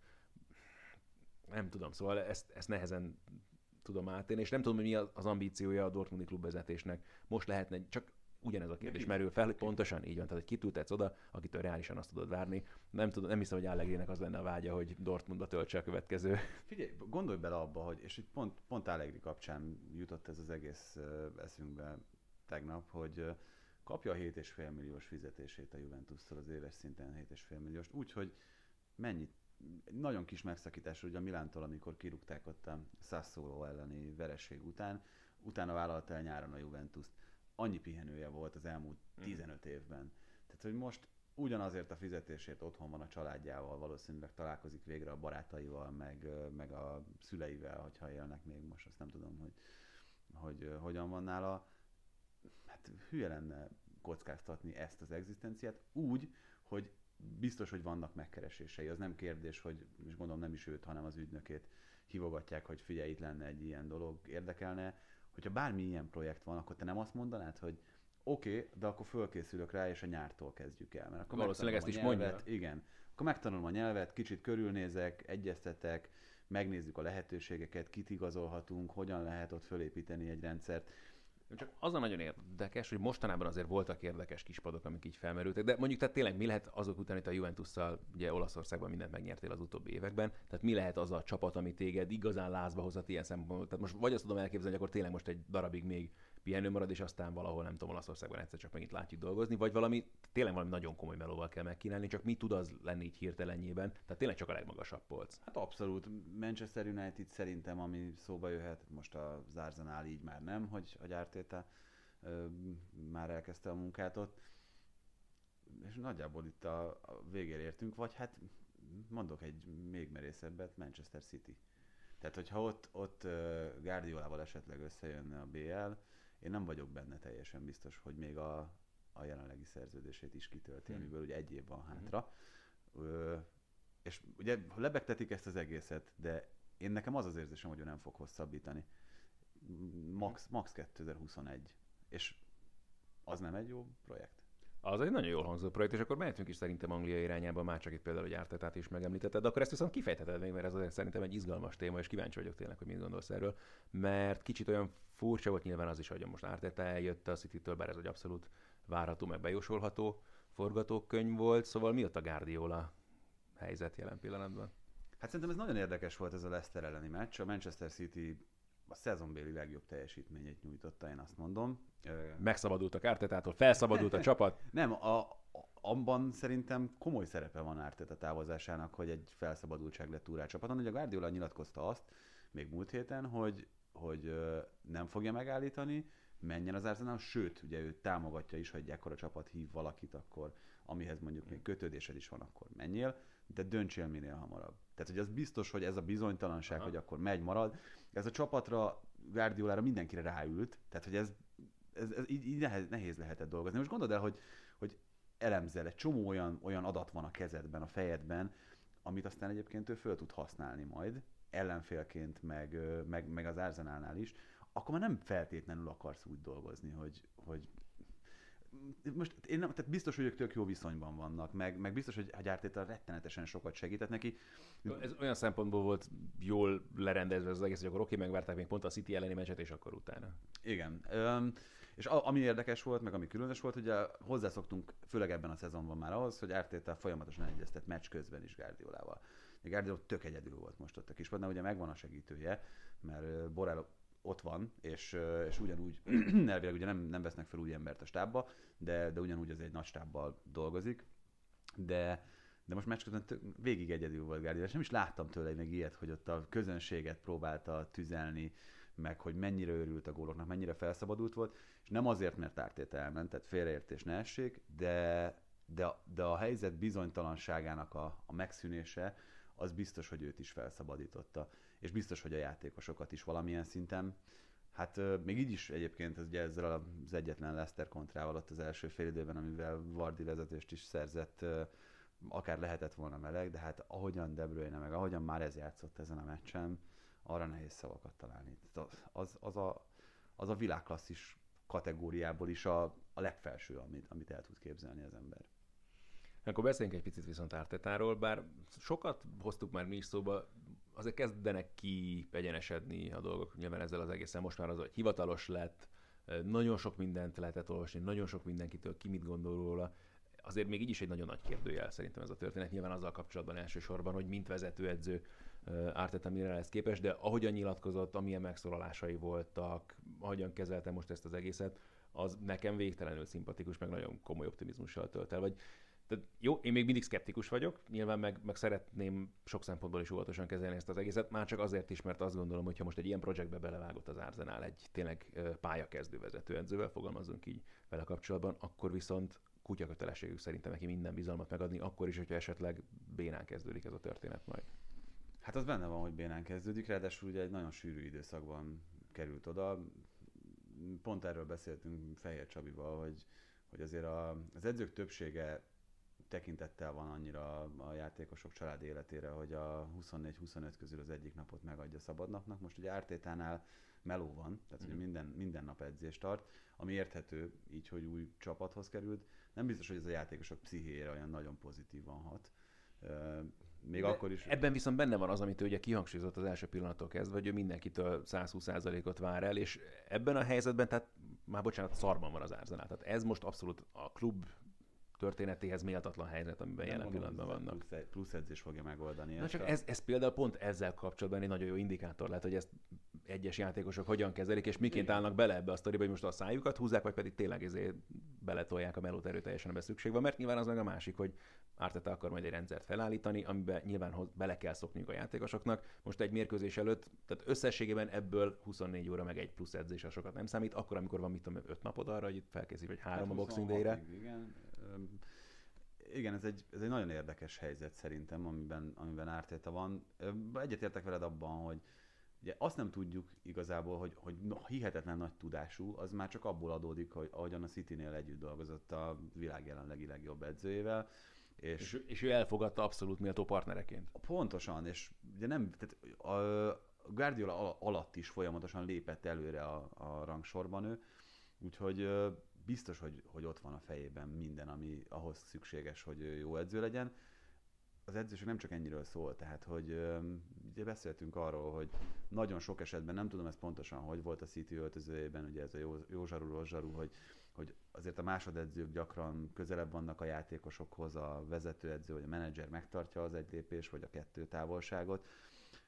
A: nem tudom, szóval ezt, ezt nehezen tudom átélni, és nem tudom, hogy mi az ambíciója a Dortmundi klubvezetésnek. Most lehetne, csak ugyanez a kérdés merül fel, hogy pontosan így van, tehát hogy kitől tetsz oda, akitől reálisan azt tudod várni. Nem, tudom, nem hiszem, hogy Allegrinek az lenne a vágya, hogy Dortmundba töltse a következő.
B: Figyelj, gondolj bele abba, hogy, és itt pont, pont Allegri kapcsán jutott ez az egész eszünkbe tegnap, hogy kapja a hét egész öt milliós fizetését a Juventustól, az éves szinten hét egész öt milliós, úgyhogy mennyit nagyon kis megszakítás, ugye a Milántól, amikor kirúgták ott a Sassuolo elleni vereség után, utána vállalta el nyáron a Juventust. Annyi pihenője volt az elmúlt tizenöt évben. Tehát, hogy most ugyanazért a fizetésért otthon van a családjával, valószínűleg találkozik végre a barátaival, meg, meg a szüleivel, hogyha élnek még most, azt nem tudom, hogy, hogy hogyan van nála. Hát hülye lenne kockáztatni ezt az egzisztenciát úgy, hogy biztos, hogy vannak megkeresései. Az nem kérdés, hogy, és gondolom nem is őt, hanem az ügynökét hívogatják, hogy figyelj, itt lenne egy ilyen dolog, érdekelne. Hogyha bármi ilyen projekt van, akkor te nem azt mondanád, hogy oké, okay, de akkor fölkészülök rá, és a nyártól kezdjük el. Mert akkor
A: valószínűleg ezt is
B: nyelvet,
A: mondja.
B: Igen. Akkor megtanulom a nyelvet, kicsit körülnézek, egyeztetek, megnézzük a lehetőségeket, kit igazolhatunk, hogyan lehet ott fölépíteni egy rendszert.
A: Csak az a nagyon érdekes, hogy mostanában azért voltak érdekes kispadok, amik így felmerültek, de mondjuk tehát tényleg mi lehet azok után, hogy a Juventusszal, ugye Olaszországban mindent megnyertél az utóbbi években, tehát mi lehet az a csapat, ami téged igazán lázba hozhat ilyen szempontból. Tehát most vagy azt tudom elképzelni, hogy akkor tényleg most egy darabig még pihenő marad, és aztán valahol, nem tudom, Olaszországban egyszer csak megint látjuk dolgozni, vagy valami, tényleg valami nagyon komoly melóval kell megkínálni, csak mi tud az lenni így hirtelenjében, tehát tényleg csak a legmagasabb polc.
B: Hát abszolút. Manchester United szerintem, ami szóba jöhet, most a Arsenal így már nem, hogy, hogy Arteta ö, már elkezdte a munkát ott, és nagyjából itt a, a végére értünk, vagy hát mondok egy még merészebbet, Manchester City. Tehát, hogyha ott, ott Guardiolával esetleg összejönne a bé el, én nem vagyok benne teljesen biztos, hogy még a, a jelenlegi szerződését is kitölti, hmm. amiből ugye egy év van hátra. Hmm. Ö, és ugye lebegtetik ezt az egészet, de én nekem az az érzésem, hogy ő nem fog hosszabbítani. Max, max kétezer-huszonegy. És az nem egy jó projekt?
A: Az egy nagyon jól hangzó projekt, és akkor mehetünk is szerintem Anglia irányába, már csak itt például, hogy Artetát is megemlítetted, de akkor ezt viszont kifejtheted még, mert ez azért szerintem egy izgalmas téma, és kíváncsi vagyok tényleg, hogy mit gondolsz erről, mert kicsit olyan furcsa volt nyilván az is, hogy most Arteta eljött a Citytől, bár ez egy abszolút várható, meg bejósolható forgatókönyv volt, szóval mi ott a Guardiola helyzet jelen pillanatban?
B: Hát szerintem ez nagyon érdekes volt ez a Leicester elleni meccs. A Manchester City a szezonbéli legjobb teljesítményét nyújtotta, én azt mondom.
A: Megszabadultak Artetától, felszabadult a csapat.
B: Nem, a, a, abban szerintem komoly szerepe van Arteta távozásának, hogy egy felszabadultság lett úrá csapaton. Ugye a Guardiola nyilatkozta azt még múlt héten, hogy, hogy nem fogja megállítani, menjen az Arsenal, sőt, ugye ő támogatja is, hogy ekkora csapat hív valakit, akkor amihez mondjuk még kötődésed is van, akkor menjél, de döntsél minél hamarabb. Tehát, hogy az biztos, hogy ez a bizonytalanság, Aha. hogy akkor megy, marad, ez a csapatra, Guardiolára mindenkire ráült, tehát, hogy ez, ez, ez így, így nehéz, nehéz lehetett dolgozni. Most gondold el, hogy, hogy elemzel, egy csomó olyan, olyan adat van a kezedben, a fejedben, amit aztán egyébként ő föl tud használni majd, ellenfélként, meg, meg, meg az Arsenalnál is, akkor már nem feltétlenül akarsz úgy dolgozni, hogy, hogy most én nem, tehát biztos, hogy ők tök jó viszonyban vannak, meg, meg biztos, hogy Arteta rettenetesen sokat segített neki.
A: Ez olyan szempontból volt jól lerendezve az egész, hogy akkor oké, megvárták még pont a City elleni meccset, és akkor utána.
B: Igen. Üm, és a, ami érdekes volt, meg ami különös volt, ugye hozzászoktunk, főleg ebben a szezonban már ahhoz, hogy Arteta folyamatosan egyeztet meccs közben is Guardiolával. Guardiola tök egyedül volt most ott a kispadnál, ugye megvan a segítője, mert Borrell ott van, és, és ugyanúgy, elvileg ugye nem, nem vesznek fel új embert a stábba, de, de ugyanúgy az egy nagy stábbal dolgozik, de, de most meccs közben tök, végig egyedül volt Guardiola, és nem is láttam tőle még ilyet, hogy ott a közönséget próbálta tüzelni, meg hogy mennyire örült a góloknak, mennyire felszabadult volt, és nem azért, mert Arteta elment, tehát félreértés ne essék, de, de, de a helyzet bizonytalanságának a, a megszűnése, az biztos, hogy őt is felszabadította, és biztos, hogy a játékosokat is valamilyen szinten. Hát még így is egyébként ez ugye ezzel az egyetlen Leicester kontrával ott az első fél időben, amivel Vardy vezetést is szerzett, akár lehetett volna meleg, de hát ahogyan De Bruyne, meg ahogyan már ez játszott ezen a meccsen, arra nehéz szavakat találni. Az, az, a, az a világklasszis kategóriából is a, a legfelső, amit, amit el tud képzelni az ember.
A: Akkor beszéljünk egy picit viszont Artetáról, bár sokat hoztuk már mi is szóba, azért kezdenek ki egyenesedni a dolgok, nyilván ezzel az egészen most már az, hogy hivatalos lett, nagyon sok mindent lehetett olvasni, nagyon sok mindenkitől ki mit gondol róla, azért még így is egy nagyon nagy kérdőjel szerintem ez a történet, nyilván azzal kapcsolatban elsősorban, hogy mint vezetőedző Arteta mire lesz képes, de ahogyan nyilatkozott, amilyen megszólalásai voltak, ahogyan kezelte most ezt az egészet, az nekem végtelenül szimpatikus, meg nagyon komoly optimizmussal tölt el, vagy tehát jó, én még mindig szkeptikus vagyok, nyilván meg, meg szeretném sok szempontból is óvatosan kezelni ezt az egészet, már csak azért is, mert azt gondolom, hogy ha most egy ilyen projektbe belevágott az Arsenal egy tényleg pályakezdő vezetőedzővel, fogalmazunk így vele kapcsolatban, akkor viszont kutyakötelességük szerintem neki minden bizalmat megadni, akkor is, hogyha esetleg bénán kezdődik ez a történet majd.
B: Hát az benne van, hogy bénán kezdődik, ráadásul ugye egy nagyon sűrű időszakban került oda. Pont erről beszéltünk Fehér Csabival, hogy, hogy azért a, az edzők többsége tekintettel van annyira a játékosok család életére, hogy a huszonnégy-huszonöt közül az egyik napot megadja szabadnapnak. Most ugye Artetánál meló van, tehát mm. hogy minden, minden nap edzést tart, ami érthető így, hogy új csapathoz került. Nem biztos, hogy ez a játékosok pszichéjére olyan nagyon pozitívan hat. Még
A: de
B: akkor is...
A: Ebben viszont benne van az, amit ő ugye kihangsúlyozott az első pillanattól kezdve, hogy ő mindenkitől száz húsz százalékot vár el, és ebben a helyzetben, tehát már bocsánat, szarban van az Arsenal. Tehát ez most abszolút a klub történetéhez méltatlan helyzet, amiben jelen pillanatban vannak.
B: Plusz, plusz edzés fogja megoldani.
A: Na csak a... ez, ez például pont ezzel kapcsolatban egy nagyon jó indikátor lehet, hogy ezt egyes játékosok hogyan kezelik, és miként állnak bele ebbe a sztoriba, hogy most a szájukat húzzák, vagy pedig tényleg ezért beletolják a melót erőteljesen, ebbe szükség van, mert nyilván az meg a másik, hogy Arteta akar majd egy rendszert felállítani, amiben nyilván bele kell szokniuk a játékosoknak. Most egy mérkőzés előtt, tehát összességében ebből huszonnégy óra meg egy plusz edzés a sokat nem számít, akkor, amikor van mit tudom, öt napod arra, hogy itt felkészül, vagy három hát a Boxing Day-re.
B: Igen. Igen, ez egy, ez egy nagyon érdekes helyzet szerintem, amiben, amiben Arteta van. Egyetértek veled abban, hogy ugye azt nem tudjuk igazából, hogy, hogy hihetetlen nagy tudású, az már csak abból adódik, hogy ahogyan a Citynél együtt dolgozott a világ jelenlegi legjobb edzőjével.
A: És, és, és ő elfogadta abszolút méltó partnereként.
B: Pontosan, és ugye nem, tehát a Guardiola alatt is folyamatosan lépett előre a, a rangsorban ő, úgyhogy biztos, hogy, hogy ott van a fejében minden, ami ahhoz szükséges, hogy jó edző legyen. Az edzőség nem csak ennyiről szól, tehát, hogy ugye beszéltünk arról, hogy nagyon sok esetben, nem tudom ez pontosan, hogy volt a City öltözőjében, ugye ez a jó, jó zsarú, rossz zsarú, hogy, hogy azért a másodedzők gyakran közelebb vannak a játékosokhoz, a vezetőedző vagy a menedzser megtartja az egy lépés, vagy a kettő távolságot.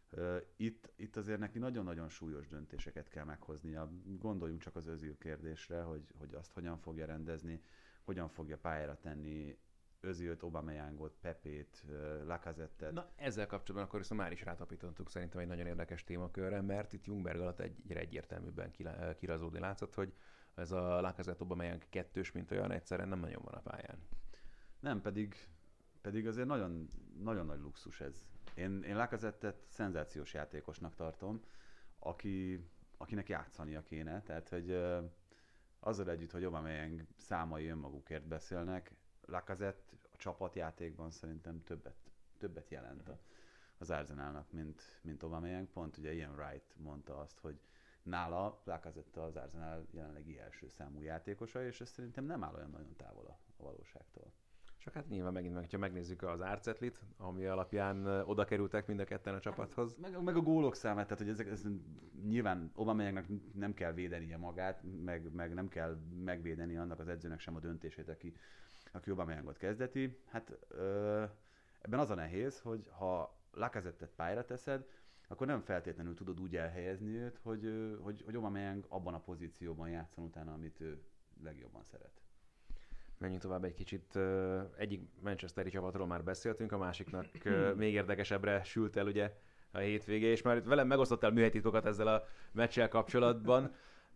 B: Itt, itt azért neki nagyon-nagyon súlyos döntéseket kell meghoznia. Gondoljunk csak az Özil kérdésre, hogy, hogy azt hogyan fogja rendezni, hogyan fogja pályára tenni Özilt, Aubameyangot, Pepét, Lacazettet.
A: Na ezzel kapcsolatban akkor viszont már is rátapítottuk szerintem egy nagyon érdekes témakörre, mert itt Ljungberg alatt egyre egyértelműbben kirazódni látszott, hogy ez a Lacazette Aubameyang kettős, mint olyan egyszerűen nem nagyon van a pályán.
B: Nem, pedig, pedig azért nagyon, nagyon nagy luxus ez. Én, én Lacazettet szenzációs játékosnak tartom, aki, akinek játszania kéne, tehát hogy azzal együtt, hogy Aubameyang számai önmagukért beszélnek, Lacazette a csapatjátékban szerintem többet, többet jelent az Arsenalnak, mint, mint Aubameyang. Pont ugye Ian Wright mondta azt, hogy nála Lacazette az Arsenal jelenlegi első számú játékosa, és ez szerintem nem áll olyan nagyon távol a, a valóságtól.
A: Csak hát nyilván megint meg, ha megnézzük az árcetlit, ami alapján oda kerültek mind a ketten a csapathoz.
B: Meg, meg a gólok számát, tehát hogy ezek, ez, nyilván Aubameyangnak nem kell védenie magát, meg, meg nem kell megvédeni annak az edzőnek sem a döntését, aki, aki Aubameyangot kezdeti. Hát ö, ebben az a nehéz, hogy ha Lacazettet pályára teszed, akkor nem feltétlenül tudod úgy elhelyezni őt, hogy, hogy, hogy Aubameyang abban a pozícióban játszon utána, amit ő legjobban szeret.
A: Menjünk tovább egy kicsit. Egyik manchesteri csapatról már beszéltünk, a másiknak még érdekesebbre sült el ugye a hétvége, és már velem megosztottál műhelytitkokat ezzel a meccsel kapcsolatban.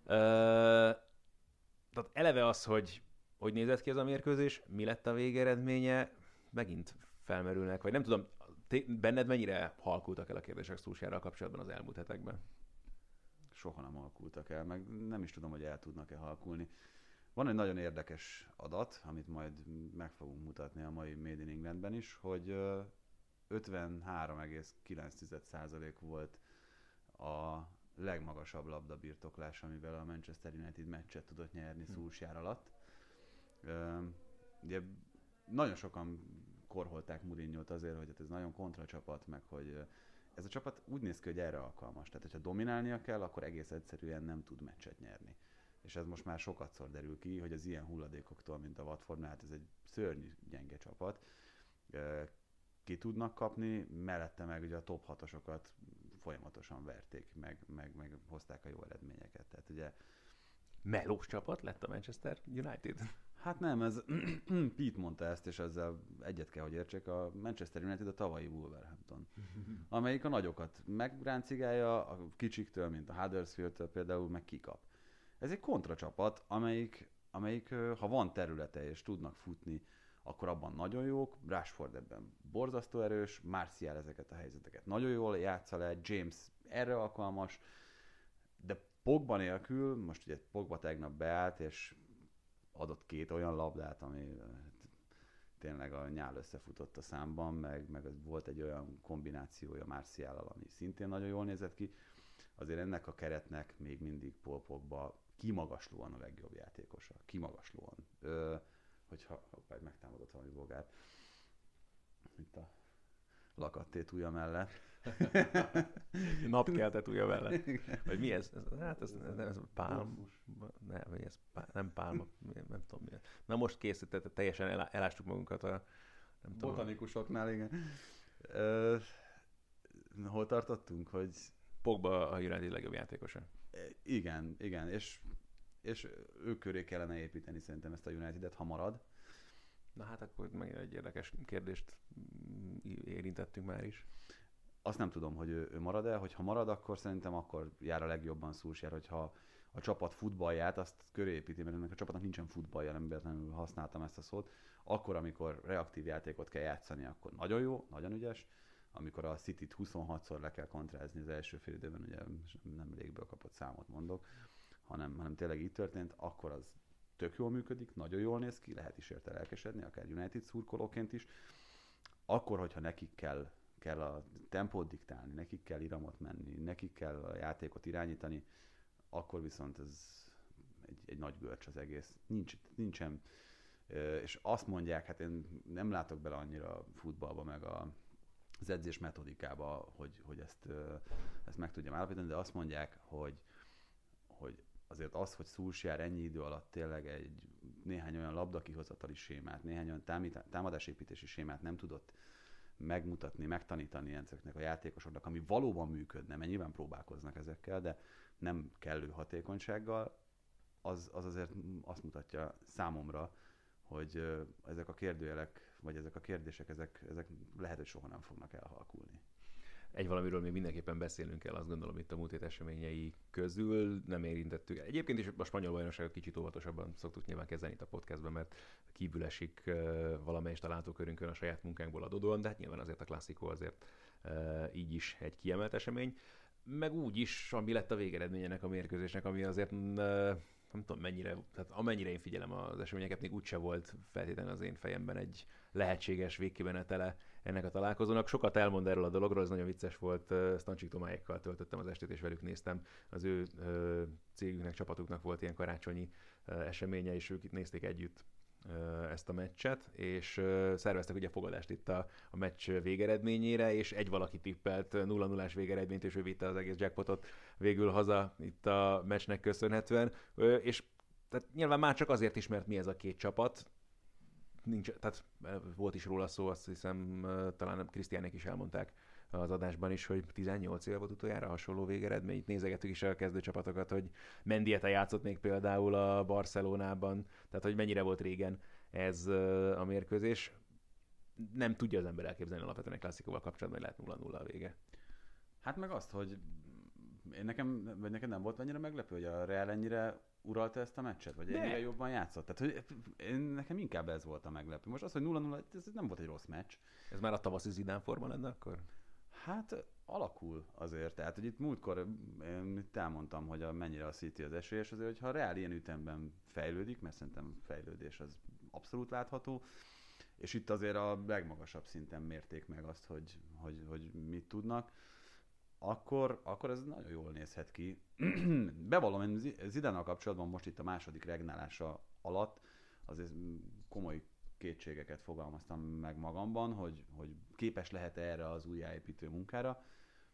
A: Tehát eleve az, hogy hogy nézett ki ez a mérkőzés, mi lett a végeredménye, megint felmerülnek, vagy nem tudom, benned mennyire halkultak el a kérdések Solskjaerrel kapcsolatban az elmúlt hetekben?
B: Soha nem halkultak el, meg nem is tudom, hogy el tudnak-e halkulni. Van egy nagyon érdekes adat, amit majd meg fogunk mutatni a mai Made in Englandben is, hogy ötvenhárom egész kilenc százalék volt a legmagasabb labdabirtoklás, amivel a Manchester United meccset tudott nyerni hmm. Solskjaer alatt. Ugye nagyon sokan korholták Mourinhót azért, hogy ez nagyon kontra csapat, meg hogy ez a csapat úgy néz ki, hogy erre alkalmas. Tehát, hogyha dominálnia kell, akkor egész egyszerűen nem tud meccset nyerni. És ez most már sokatszor derül ki, hogy az ilyen hulladékoktól, mint a Watfordnál, hát ez egy szörnyű gyenge csapat. Ki tudnak kapni, mellette meg ugye a top hatosokat folyamatosan verték, meg, meg, meg hozták a jó eredményeket. Tehát ugye
A: melós csapat lett a Manchester United?
B: Hát nem, ez Pete mondta ezt, és ezzel egyet kell, hogy értsék, a Manchester United a tavalyi Wolverhampton, amelyik a nagyokat megráncigálja, a kicsiktől, mint a Huddersfield-től például meg kikap. Ez egy kontracsapat, amelyik, amelyik, ha van területe és tudnak futni, akkor abban nagyon jók, Rashford ebben borzasztó erős, Martial ezeket a helyzeteket nagyon jól játsza le, James erre alkalmas, de Pogba nélkül, most ugye Pogba tegnap beállt, és adott két olyan labdát, ami tényleg a nyál összefutott a számban, meg, meg volt egy olyan kombinációja Martiallal, ami szintén nagyon jól nézett ki. Azért ennek a keretnek még mindig Paul Pogba kimagaslóan a legjobb játékosa. Kimagaslóan. Ö, hogyha hoppá, megtámadott valami bogát, mint a lakattét ujja mellett.
A: Napkeltet ujja mellett. Vagy mi ez? Hát ez, ez, ez pálm. Nem, vagy ez pál, nem pálma, nem tudom mi. Na most készített, teljesen elá, elástuk magunkat a
B: nem botanikusoknál, igen. Ö, hol tartottunk, hogy
A: Pogba a United legjobb játékosa.
B: Igen, igen, és, és ők köré kellene építeni szerintem ezt a United-et, ha marad.
A: Na hát akkor megint egy érdekes kérdést érintettünk már is.
B: Azt nem tudom, hogy ő, ő marad-e, hogyha marad, akkor szerintem akkor jár a legjobban Solskjaer, hogyha a csapat futballját azt köré építi, mert ennek a csapatnak nincsen futballja, nem véletlenül használtam ezt a szót. Akkor, amikor reaktív játékot kell játszani, akkor nagyon jó, nagyon ügyes. Amikor a Cityt huszonhatszor le kell kontrázni az első fél időben, ugye nem légből kapott számot mondok, hanem, hanem tényleg így történt, akkor az tök jól működik, nagyon jól néz ki, lehet is érte lelkesedni, akár United szurkolóként is. Akkor, hogyha nekik kell, kell a tempót diktálni, nekik kell iramot menni, nekik kell a játékot irányítani, akkor viszont ez egy, egy nagy görcs az egész. Nincs, nincsen. És azt mondják, hát én nem látok bele annyira a futballba, meg a az edzés metodikába, hogy, hogy ezt, ezt meg tudjam állapítani, de azt mondják, hogy, hogy azért az, hogy Solskjaer ennyi idő alatt tényleg egy néhány olyan labdakihozatali sémát, néhány olyan támadásépítési sémát nem tudott megmutatni, megtanítani ezeknek a játékosoknak, ami valóban működne, mert nyilván próbálkoznak ezekkel, de nem kellő hatékonysággal, az, az azért azt mutatja számomra, hogy ezek a kérdőjelek, vagy ezek a kérdések, ezek, ezek lehet, hogy soha nem fognak elhalkulni.
A: Egy valamiről még mindenképpen beszélnünk kell, azt gondolom, itt a múlt hét eseményei közül nem érintettük. Egyébként is a spanyol bajnokságot kicsit óvatosabban szoktuk nyilván kezelni itt a podcastben, mert kívül esik valamelyest a látókörünkön a saját munkánkból adódóan, de hát nyilván azért a klasszikó azért így is egy kiemelt esemény. Meg úgy is, ami lett a végeredményének a mérkőzésnek, ami azért nem tudom mennyire, tehát amennyire én figyelem az eseményeket, még úgyse volt feltétlenül az én fejemben egy lehetséges végkimenetele ennek a találkozónak. Sokat elmond erről a dologról, ez nagyon vicces volt, Stancsik Tomáékkal töltöttem az estét, és velük néztem. Az ő ö, cégüknek, csapatuknak volt ilyen karácsonyi ö, eseménye, és ők itt nézték együtt ö, ezt a meccset, és ö, szerveztek ugye fogadást itt a, a meccs végeredményére, és egy valaki tippelt nulla nullás végeredményt, és ő vitte az egész jackpotot végül haza itt a meccsnek köszönhetően, ö, és tehát nyilván már csak azért is, mert mi ez a két csapat, nincs, tehát volt is róla szó, azt hiszem, talán Krisztiánék is elmondták az adásban is, hogy tizennyolc éve volt utoljára hasonló végeredmény. Itt nézegettük is a kezdőcsapatokat, hogy Mendieta játszott még például a Barcelonában, tehát hogy mennyire volt régen ez a mérkőzés. Nem tudja az ember elképzelni alapvetően egy klasszikóval kapcsolatban, hogy lehet nulla nulla a vége.
B: Hát meg azt, hogy én nekem, vagy neked nem volt annyira meglepő, hogy a Real ennyire uralta ezt a meccset? Vagy ennyire jobban játszott? Tehát, hogy én, nekem inkább ez volt a meglepő. Most az, hogy nulla nulla, ez nem volt egy rossz meccs.
A: Ez már a tavaszi Zidane forma lenne akkor?
B: Hát alakul azért. Tehát, hogy itt múltkor én itt elmondtam, hogy a, mennyire a City az esélyes, azért, hogyha a Real ilyen ütemben fejlődik, mert szerintem fejlődés az abszolút látható, és itt azért a legmagasabb szinten mérték meg azt, hogy, hogy, hogy mit tudnak, Akkor, akkor ez nagyon jól nézhet ki. Bevallom, én Zidane-nal kapcsolatban most itt a második regnálása alatt azért komoly kétségeket fogalmaztam meg magamban, hogy, hogy képes lehet erre az újjáépítő munkára,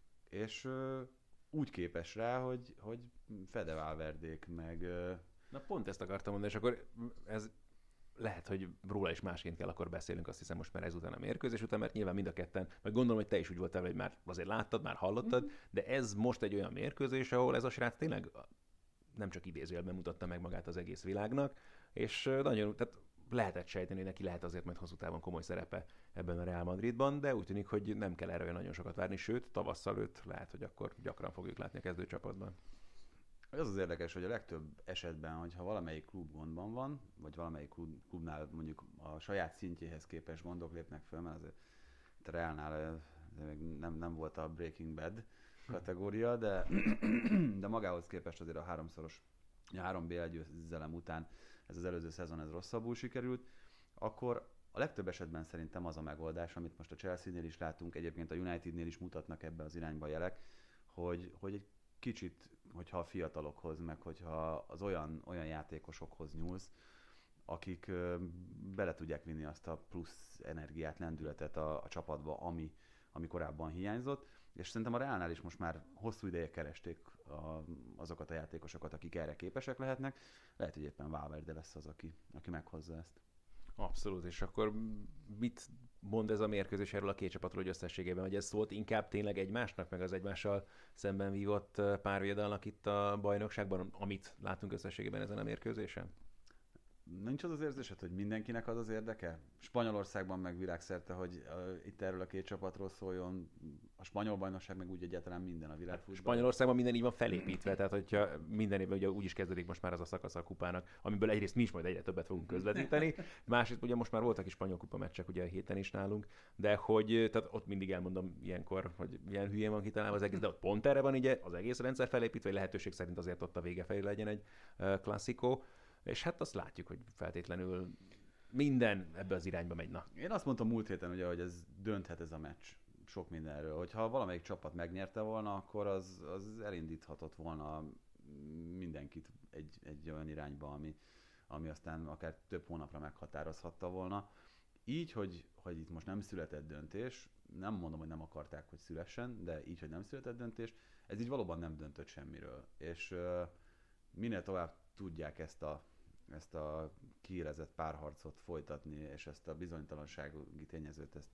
B: és ö, úgy képes rá, hogy, hogy Fede Valverdék meg... Ö...
A: Na pont ezt akartam mondani, és akkor ez lehet, hogy róla is másként kell akkor beszélünk, azt hiszem most már ezután a mérkőzés után, mert nyilván mind a ketten, vagy gondolom, hogy te is úgy voltál, hogy már azért láttad, már hallottad, mm. de ez most egy olyan mérkőzés, ahol ez a srác tényleg nem csak idézőjelben mutatta meg magát az egész világnak, és nagyon, tehát lehetett sejteni, hogy neki lehet azért majd hosszú távon komoly szerepe ebben a Real Madridban, de úgy tűnik, hogy nem kell erre olyan nagyon sokat várni, sőt, tavasszal őt lehet, hogy akkor gyakran fogjuk látni a kezdőcsapatban.
B: Az az érdekes, hogy a legtöbb esetben, hogyha valamelyik klub gondban van, vagy valamelyik klub, klubnál mondjuk a saját szintjéhez képest gondok lépnek föl, mert azért a Realnál nem, nem volt a Breaking Bad kategória, de, de magához képest azért a háromszoros, a három bé el győzelem után ez az előző szezon ez rosszabbul sikerült, akkor a legtöbb esetben szerintem az a megoldás, amit most a Chelsea-nél is látunk, egyébként a Unitednél is mutatnak ebbe az irányba jelek, hogy, hogy egy kicsit, hogyha a fiatalokhoz, meg hogyha az olyan, olyan játékosokhoz nyúlsz, akik ö, bele tudják vinni azt a plusz energiát, lendületet a, a csapatba, ami, ami korábban hiányzott, és szerintem a Realnál is most már hosszú ideje keresték a, azokat a játékosokat, akik erre képesek lehetnek. Lehet, hogy éppen Valverde lesz az, aki, aki meghozza ezt.
A: Abszolút, és akkor mit mond ez a mérkőzés erről a két csapatról, hogy összességében, hogy ez szólt inkább tényleg egymásnak, meg az egymással szemben vívott párvédalnak itt a bajnokságban, amit látunk összességében ezen a mérkőzésen?
B: Nincs az az érzésed, hogy mindenkinek az az érdeke? Spanyolországban meg világszerte, hogy uh, itt erről a két csapatról szóljon, a spanyol bajnokság meg úgy egyáltalán minden a világfutball.
A: Spanyolországban minden így van felépítve, tehát hogyha minden évben ugye úgy is kezdődik most már az a szakasz a kupának, amiből egyrészt mi is majd egyre többet fogunk közvetíteni, másrészt ugye most már voltak is spanyol kupa meccsek ugye a héten is nálunk, de hogy tehát ott mindig elmondom ilyenkor, hogy ilyen hülyén van kitalálva az egész, de ott pont erre van ugye az egész rendszer felépítve, hogy lehetőség szerint azért ott a vége felé legyen egy uh, klasszikó. És hát azt látjuk, hogy feltétlenül minden ebbe az irányba megy. Na.
B: Én azt mondtam múlt héten, ugye, hogy ez dönthet ez a meccs sok mindenről. Hogyha valamelyik csapat megnyerte volna, akkor az, az elindíthatott volna mindenkit egy, egy olyan irányba, ami, ami aztán akár több hónapra meghatározhatta volna. Így, hogy, hogy itt most nem született döntés, nem mondom, hogy nem akarták, hogy szülessen, de így, hogy nem született döntés, ez így valóban nem döntött semmiről. És uh, minél tovább tudják ezt a, ezt a kiélezett párharcot folytatni, és ezt a bizonytalansági tényezőt ezt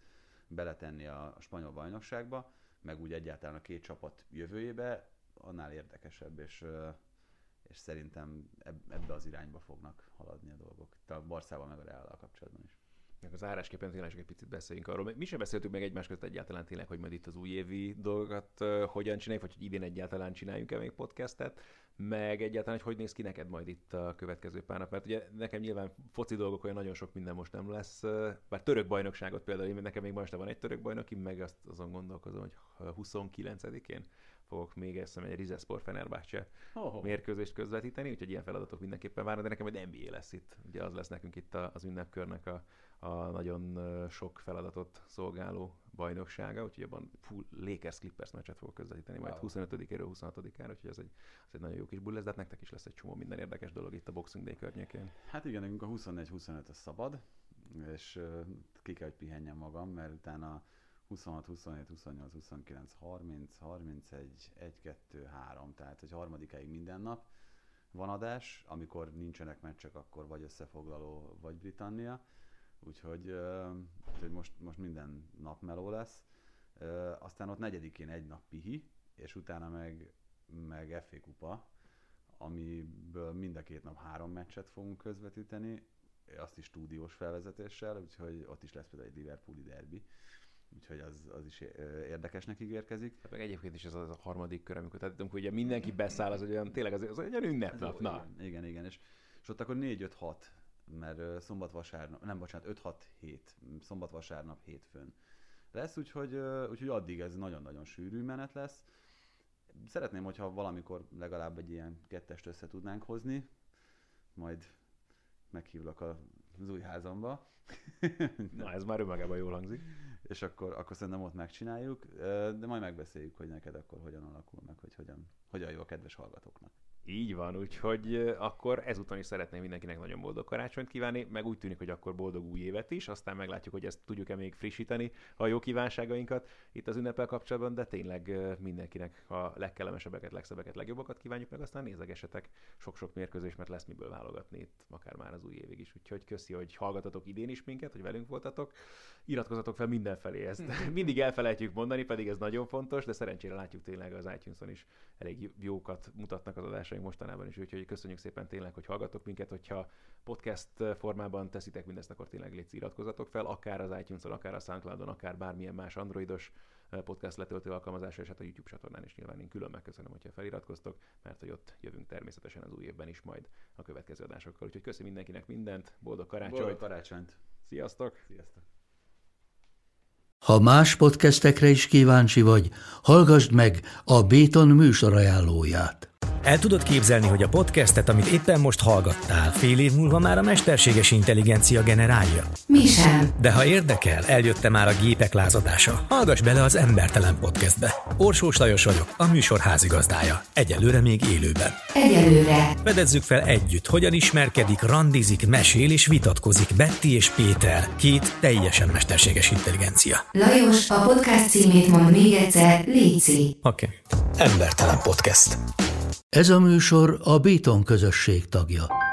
B: beletenni a spanyol bajnokságba, meg úgy egyáltalán a két csapat jövőjébe, annál érdekesebb, és, és szerintem ebbe az irányba fognak haladni a dolgok. A Barszával meg a Reállal kapcsolatban is.
A: Az zárásképpen tényleg csak egy picit beszéljünk arról. Mi sem beszéltük meg egymás között egyáltalán tényleg, hogy majd itt az újévi dolgokat uh, hogyan csináljuk, vagy hogy idén egyáltalán csináljunk-e még podcastet, meg egyáltalán, hogy hogy néz ki neked majd itt a következő pár nap. Mert ugye nekem nyilván foci dolgok olyan nagyon sok minden most nem lesz, uh, bár török bajnokságot például, nekem még ma este van egy török bajnoki, meg azt azon gondolkozom, hogy huszonkilencedikén fogok még ezt egy Rizespor Fenerbahce oh. mérkőzést közvetíteni, úgyhogy ilyen feladatok mindenképpen várnak, de nekem egy en bé á lesz itt. Ugye az lesz nekünk itt az ünnepkörnek a, a nagyon sok feladatot szolgáló bajnoksága, úgyhogy abban full Lakers-Clippers meccset fogok közvetíteni wow. majd huszonötödikéről huszonhatodikára, úgyhogy ez egy, ez egy nagyon jó kis bull lesz, de hát nektek is lesz egy csomó minden érdekes dolog itt a Boxing Day környékén.
B: Hát igen, nekünk a huszonegy huszonöt az szabad, és uh, ki kell, hogy pihenjem magam, mert utána huszonhat, huszonhét, huszonnyolc, huszonkilenc, harminc, harmincegy, egy, kettő, három, tehát egy harmadikáig minden nap van adás, amikor nincsenek meccsek, akkor vagy összefoglaló, vagy Britannia, úgyhogy, uh, úgyhogy most, most minden nap meló lesz. Uh, aztán ott negyedikén egy nap pihi, és utána meg, meg ef á kupa, amiből mind a két nap három meccset fogunk közvetíteni, azt is stúdiós felvezetéssel, úgyhogy ott is lesz például egy Liverpooli derbi. Úgyhogy az, az is érdekesnek ígérkezik.
A: Hát meg egyébként is ez az a harmadik kör, amikor, tehát, amikor ugye mindenki beszáll, az olyan, tényleg az, az olyan ünnepnap. Na.
B: Igen, igen, igen. És, és ott akkor négy öt hat, mert szombat-vasárnap, nem bocsánat, öt hat hét, szombat-vasárnap hétfőn lesz, úgyhogy, úgyhogy addig ez nagyon-nagyon sűrű menet lesz. Szeretném, hogyha valamikor legalább egy ilyen kettest össze tudnánk hozni, majd meghívlak az új házamba.
A: Na, ez már önmagában jól hangzik.
B: És akkor, akkor szerintem ott megcsináljuk, de majd megbeszéljük, hogy neked akkor hogyan alakul meg, hogy hogyan, hogyan jó a kedves hallgatóknak.
A: Így van, úgyhogy akkor ezúton is szeretném mindenkinek nagyon boldog karácsonyt kívánni, meg úgy tűnik, hogy akkor boldog új évet is, aztán meglátjuk, hogy ezt tudjuk-e még frissíteni a jó kívánságainkat itt az ünnepel kapcsolatban, de tényleg mindenkinek a legkellemesebbeket, legszebbeket, legjobbakat kívánjuk, meg aztán nézegessetek sok-sok mérkőzés, mert lesz miből válogatni itt, akár már az új évig is. Úgyhogy köszi, hogy hallgatatok idén is minket, hogy velünk voltatok. Iratkozzatok fel mindenfelé, ezt mindig elfelejtjük mondani, pedig ez nagyon fontos, de szerencsére látjuk tényleg az iTunes-on is elég jókat mutatnak az adásaink mostanában is, úgyhogy köszönjük szépen tényleg, hogy hallgattok minket, hogyha podcast formában teszitek mindezt, akkor tényleg légy iratkozzatok fel, akár az iTunes-on, akár a SoundCloud-on, akár bármilyen más androidos podcast letöltő alkalmazásra, és hát a YouTube csatornán is nyilván én külön megköszönöm, hogyha feliratkoztok, mert hogy ott jövünk természetesen az új évben is majd a következő adásokkal. Úgyhogy köszönöm mindenkinek mindent, boldog karácsonyt!
B: Boldog karácsonyt!
A: Sziasztok!
B: Sziasztok!
C: Ha más podcastekre is kíváncsi vagy, hallgassd meg a Béton műsor ajánlóját.
D: El tudod képzelni, hogy a podcastet, amit éppen most hallgattál, fél év múlva már a mesterséges intelligencia generálja?
E: Mi sem.
D: De ha érdekel, eljött már a gépek lázadása. Hallgass bele az Embertelen Podcastbe. Orsós Lajos vagyok, a műsor házigazdája. Egyelőre még élőben.
E: Egyelőre.
D: Fedezzük fel együtt, hogyan ismerkedik, randizik, mesél és vitatkozik Betty és Péter, két teljesen mesterséges intelligencia.
E: Lajos, a podcast címét mond még egyszer, léci.
D: Oké. Okay. Embertelen Podcast.
C: Ez a műsor a Béton közösség tagja.